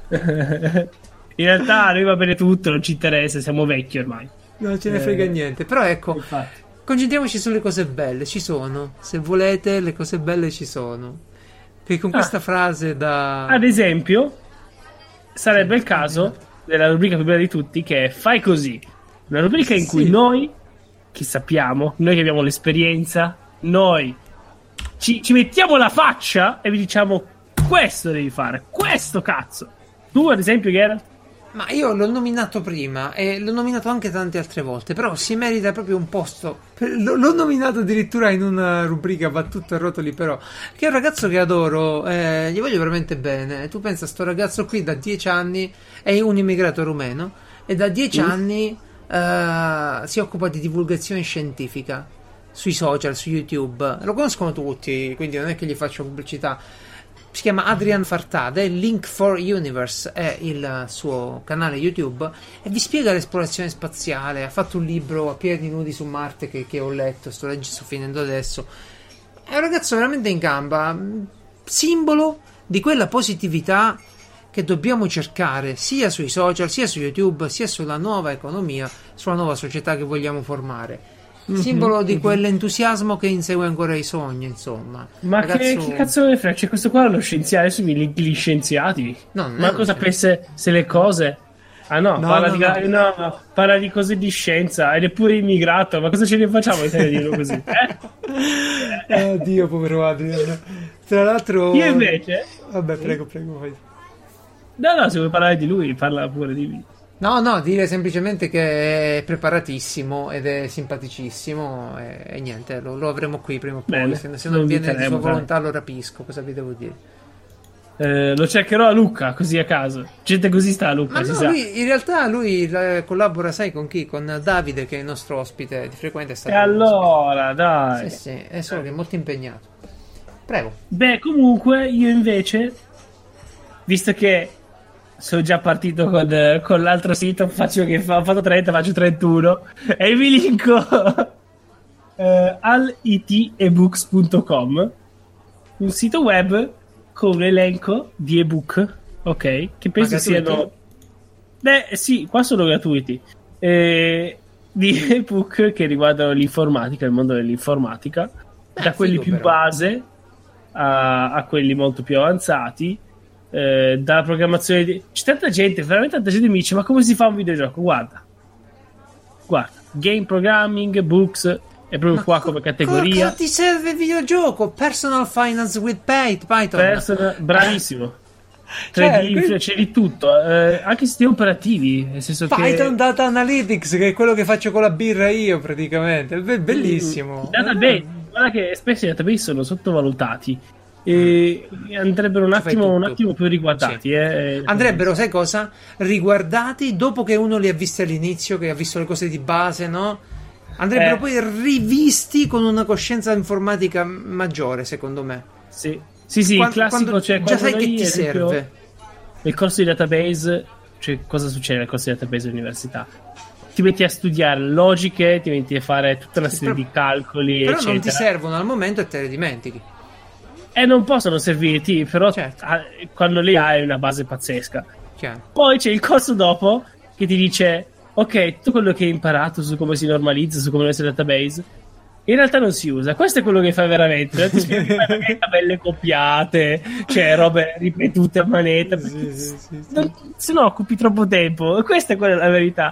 In realtà a noi va bene tutto, non ci interessa, siamo vecchi ormai. Non ce ne frega eh, niente. Però ecco, infatti, concentriamoci sulle cose belle. Ci sono, se volete, le cose belle ci sono. Che con ah, questa frase da... Ad esempio, sarebbe sì, il caso della rubrica più bella di tutti, che è Fai così. Una rubrica in cui sì. noi, che sappiamo, noi che abbiamo l'esperienza, noi ci, ci mettiamo la faccia e vi diciamo: questo devi fare, questo cazzo. Tu ad esempio, Geralt? Ma io l'ho nominato prima e l'ho nominato anche tante altre volte, però si merita proprio un posto. L'ho nominato addirittura in una rubrica battute a rotoli, però, che è un ragazzo che adoro, eh, gli voglio veramente bene. Tu pensa, sto ragazzo qui da dieci anni è un immigrato rumeno e da dieci mm. anni eh, si occupa di divulgazione scientifica sui social, su YouTube. Lo conoscono tutti, quindi non è che gli faccio pubblicità. Si chiama Adrian Fartade, Link for Universe è il suo canale YouTube e vi spiega l'esplorazione spaziale. Ha fatto un libro a piedi nudi su Marte che, che ho letto, sto, legg- sto finendo adesso. È un ragazzo veramente in gamba, simbolo di quella positività che dobbiamo cercare sia sui social, sia su YouTube, sia sulla nuova economia, sulla nuova società che vogliamo formare. Simbolo mm-hmm, di quell'entusiasmo che insegue ancora i sogni, insomma. Ma ragazzo... che, che cazzo ne frega? C'è questo qua, lo scienziato, adesso mi linki gli scienziati. No, ma cosa sapesse se le cose? Ah no, no, parla, no, di, no. No, parla di cose di scienza ed è pure immigrato. Ma cosa ce ne facciamo di dirlo così? Eh? Oh Dio, povero Adrian. Tra l'altro io invece vabbè, prego, prego vai. No, no, se vuoi parlare di lui, parla pure di lui. No, no, dire semplicemente che è preparatissimo ed è simpaticissimo e, e niente, lo, lo avremo qui prima o poi. Bene, se, se non, non viene di sua volontà lo rapisco, cosa vi devo dire? Eh, lo cercherò a Luca, così a caso. Gente così sta a Luca, ma si no, sa. Lui, in realtà lui la, collabora, sai con chi? Con Davide, che è il nostro ospite di frequente. È stato e allora, ospite. Dai. Sì, sì, è solo che è molto impegnato. Prego. Beh, comunque, io invece, visto che sono già partito con, con l'altro sito, faccio che fa, ho fatto trenta, faccio trentuno e vi linko eh, al it e books punto com, un sito web con un elenco di ebook, ok, che penso siano, beh sì, qua sono gratuiti, eh, di ebook che riguardano l'informatica, il mondo dell'informatica, beh, da quelli più però. base a, a quelli molto più avanzati. Eh, dalla programmazione di... c'è tanta gente, veramente tanta gente mi dice: ma come si fa un videogioco? Guarda, guarda, game programming, books, è proprio ma qua co- come categoria. Cosa ti serve il videogioco? Personal finance with Python. Personal... bravissimo. tre D, cioè, c'è di tutto, eh, anche sistemi operativi, nel senso Python che... Data Analytics, che è quello che faccio con la birra io praticamente, è bellissimo. Mm, database, guarda che spesso i database sono sottovalutati e andrebbero un attimo, un attimo più riguardati, sì. eh. Andrebbero, sai cosa? Riguardati dopo che uno li ha visti all'inizio, che ha visto le cose di base, no? Andrebbero eh. poi rivisti con una coscienza informatica maggiore, secondo me. Sì, sì, sì, quando, il classico, cioè, già sai noi, che ti esempio, serve. Nel corso di database, cioè cosa succede nel corso di database all'università? Ti metti a studiare logiche, ti metti a fare tutta una serie però, di calcoli, però eccetera. non ti servono al momento e te le dimentichi. E non possono servirti, però certo. quando li hai è una base pazzesca. Chiaro. Poi c'è il corso dopo che ti dice: ok, tutto quello che hai imparato su come si normalizza, su come essere database, in realtà non si usa. Questo è quello che fai veramente. Ti spieghi le tabelle copiate, cioè robe ripetute a manetta. Sì, sì, sì, sì. Non, se no occupi troppo tempo. Questa è quella la verità.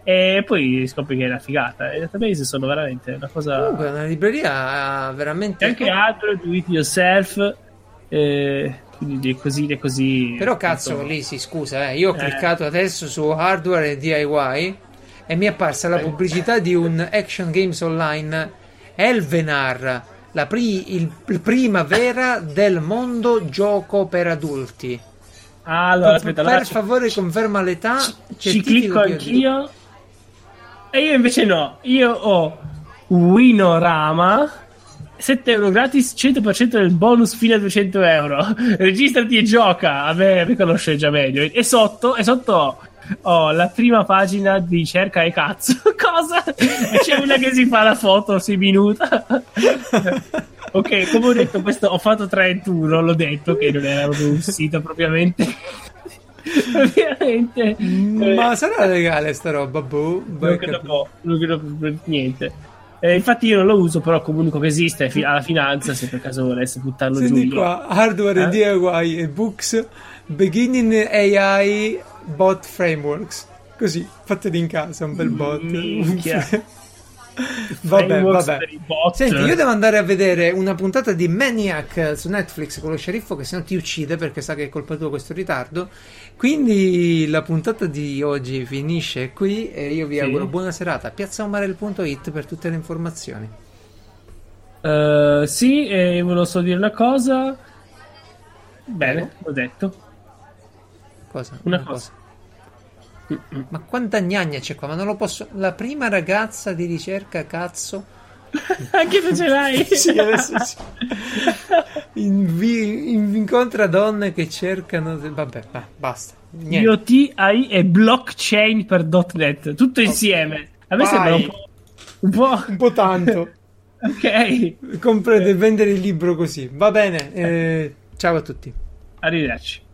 e poi scopri che è una figata. I database sono veramente una cosa. Comunque è una libreria veramente. C'è anche altro do it yourself, eh, quindi così così. Però cazzo, insomma. lì si scusa, eh. Io ho Eh. cliccato adesso su hardware e D I Y e mi è apparsa la pubblicità di un Action Games Online Elvenar, la pri- il, il primavera del mondo gioco per adulti. Allora, per aspetta, per allora favore conferma l'età. ci clicco anch'io. E io invece no, io ho Winorama, sette euro gratis, cento per cento del bonus fino a duecento euro. Registrati e gioca. A me mi conosce già meglio. E sotto, e sotto ho, ho la prima pagina di cerca e cazzo. Cosa? E c'è una che si fa la foto sei minuta. Ok, come ho detto, questo ho fatto trentuno, l'ho detto che non era un sito propriamente. Ovviamente. Ma sarà legale sta roba, boh. Non credo, po', non credo per niente. Eh, infatti io non lo uso, però comunico che esiste fi- alla finanza se per caso volesse buttarlo Senti giù. qua, hardware Eh? e D I Y e books, beginning A I bot frameworks. Così, fateli in casa, un bel bot. Minchia. Vabbè, Frameworks vabbè. per i bot. Senti, io devo andare a vedere una puntata di Maniac su Netflix con lo sceriffo che sennò ti uccide perché sa che è colpa tua questo ritardo. Quindi la puntata di oggi finisce qui e io vi Sì. auguro buona serata. piazza umarell punto it per tutte le informazioni. Uh, sì, e volevo solo dire una cosa. Bene, Prego. l'ho detto. Cosa? Una cosa. Ma quanta gnagna c'è qua? Ma non lo posso. La prima ragazza di ricerca, cazzo. Anche tu ce l'hai. Sì, adesso sì. Invi- incontra donne che cercano. Vabbè, va, basta. Niente. IoT, A I e blockchain per .NET, tutto insieme. A me Vai. sembra un po'. Un po'. Un po' tanto. Ok. Comprende vendere il libro così. Va bene. Eh, ciao a tutti. Arrivederci.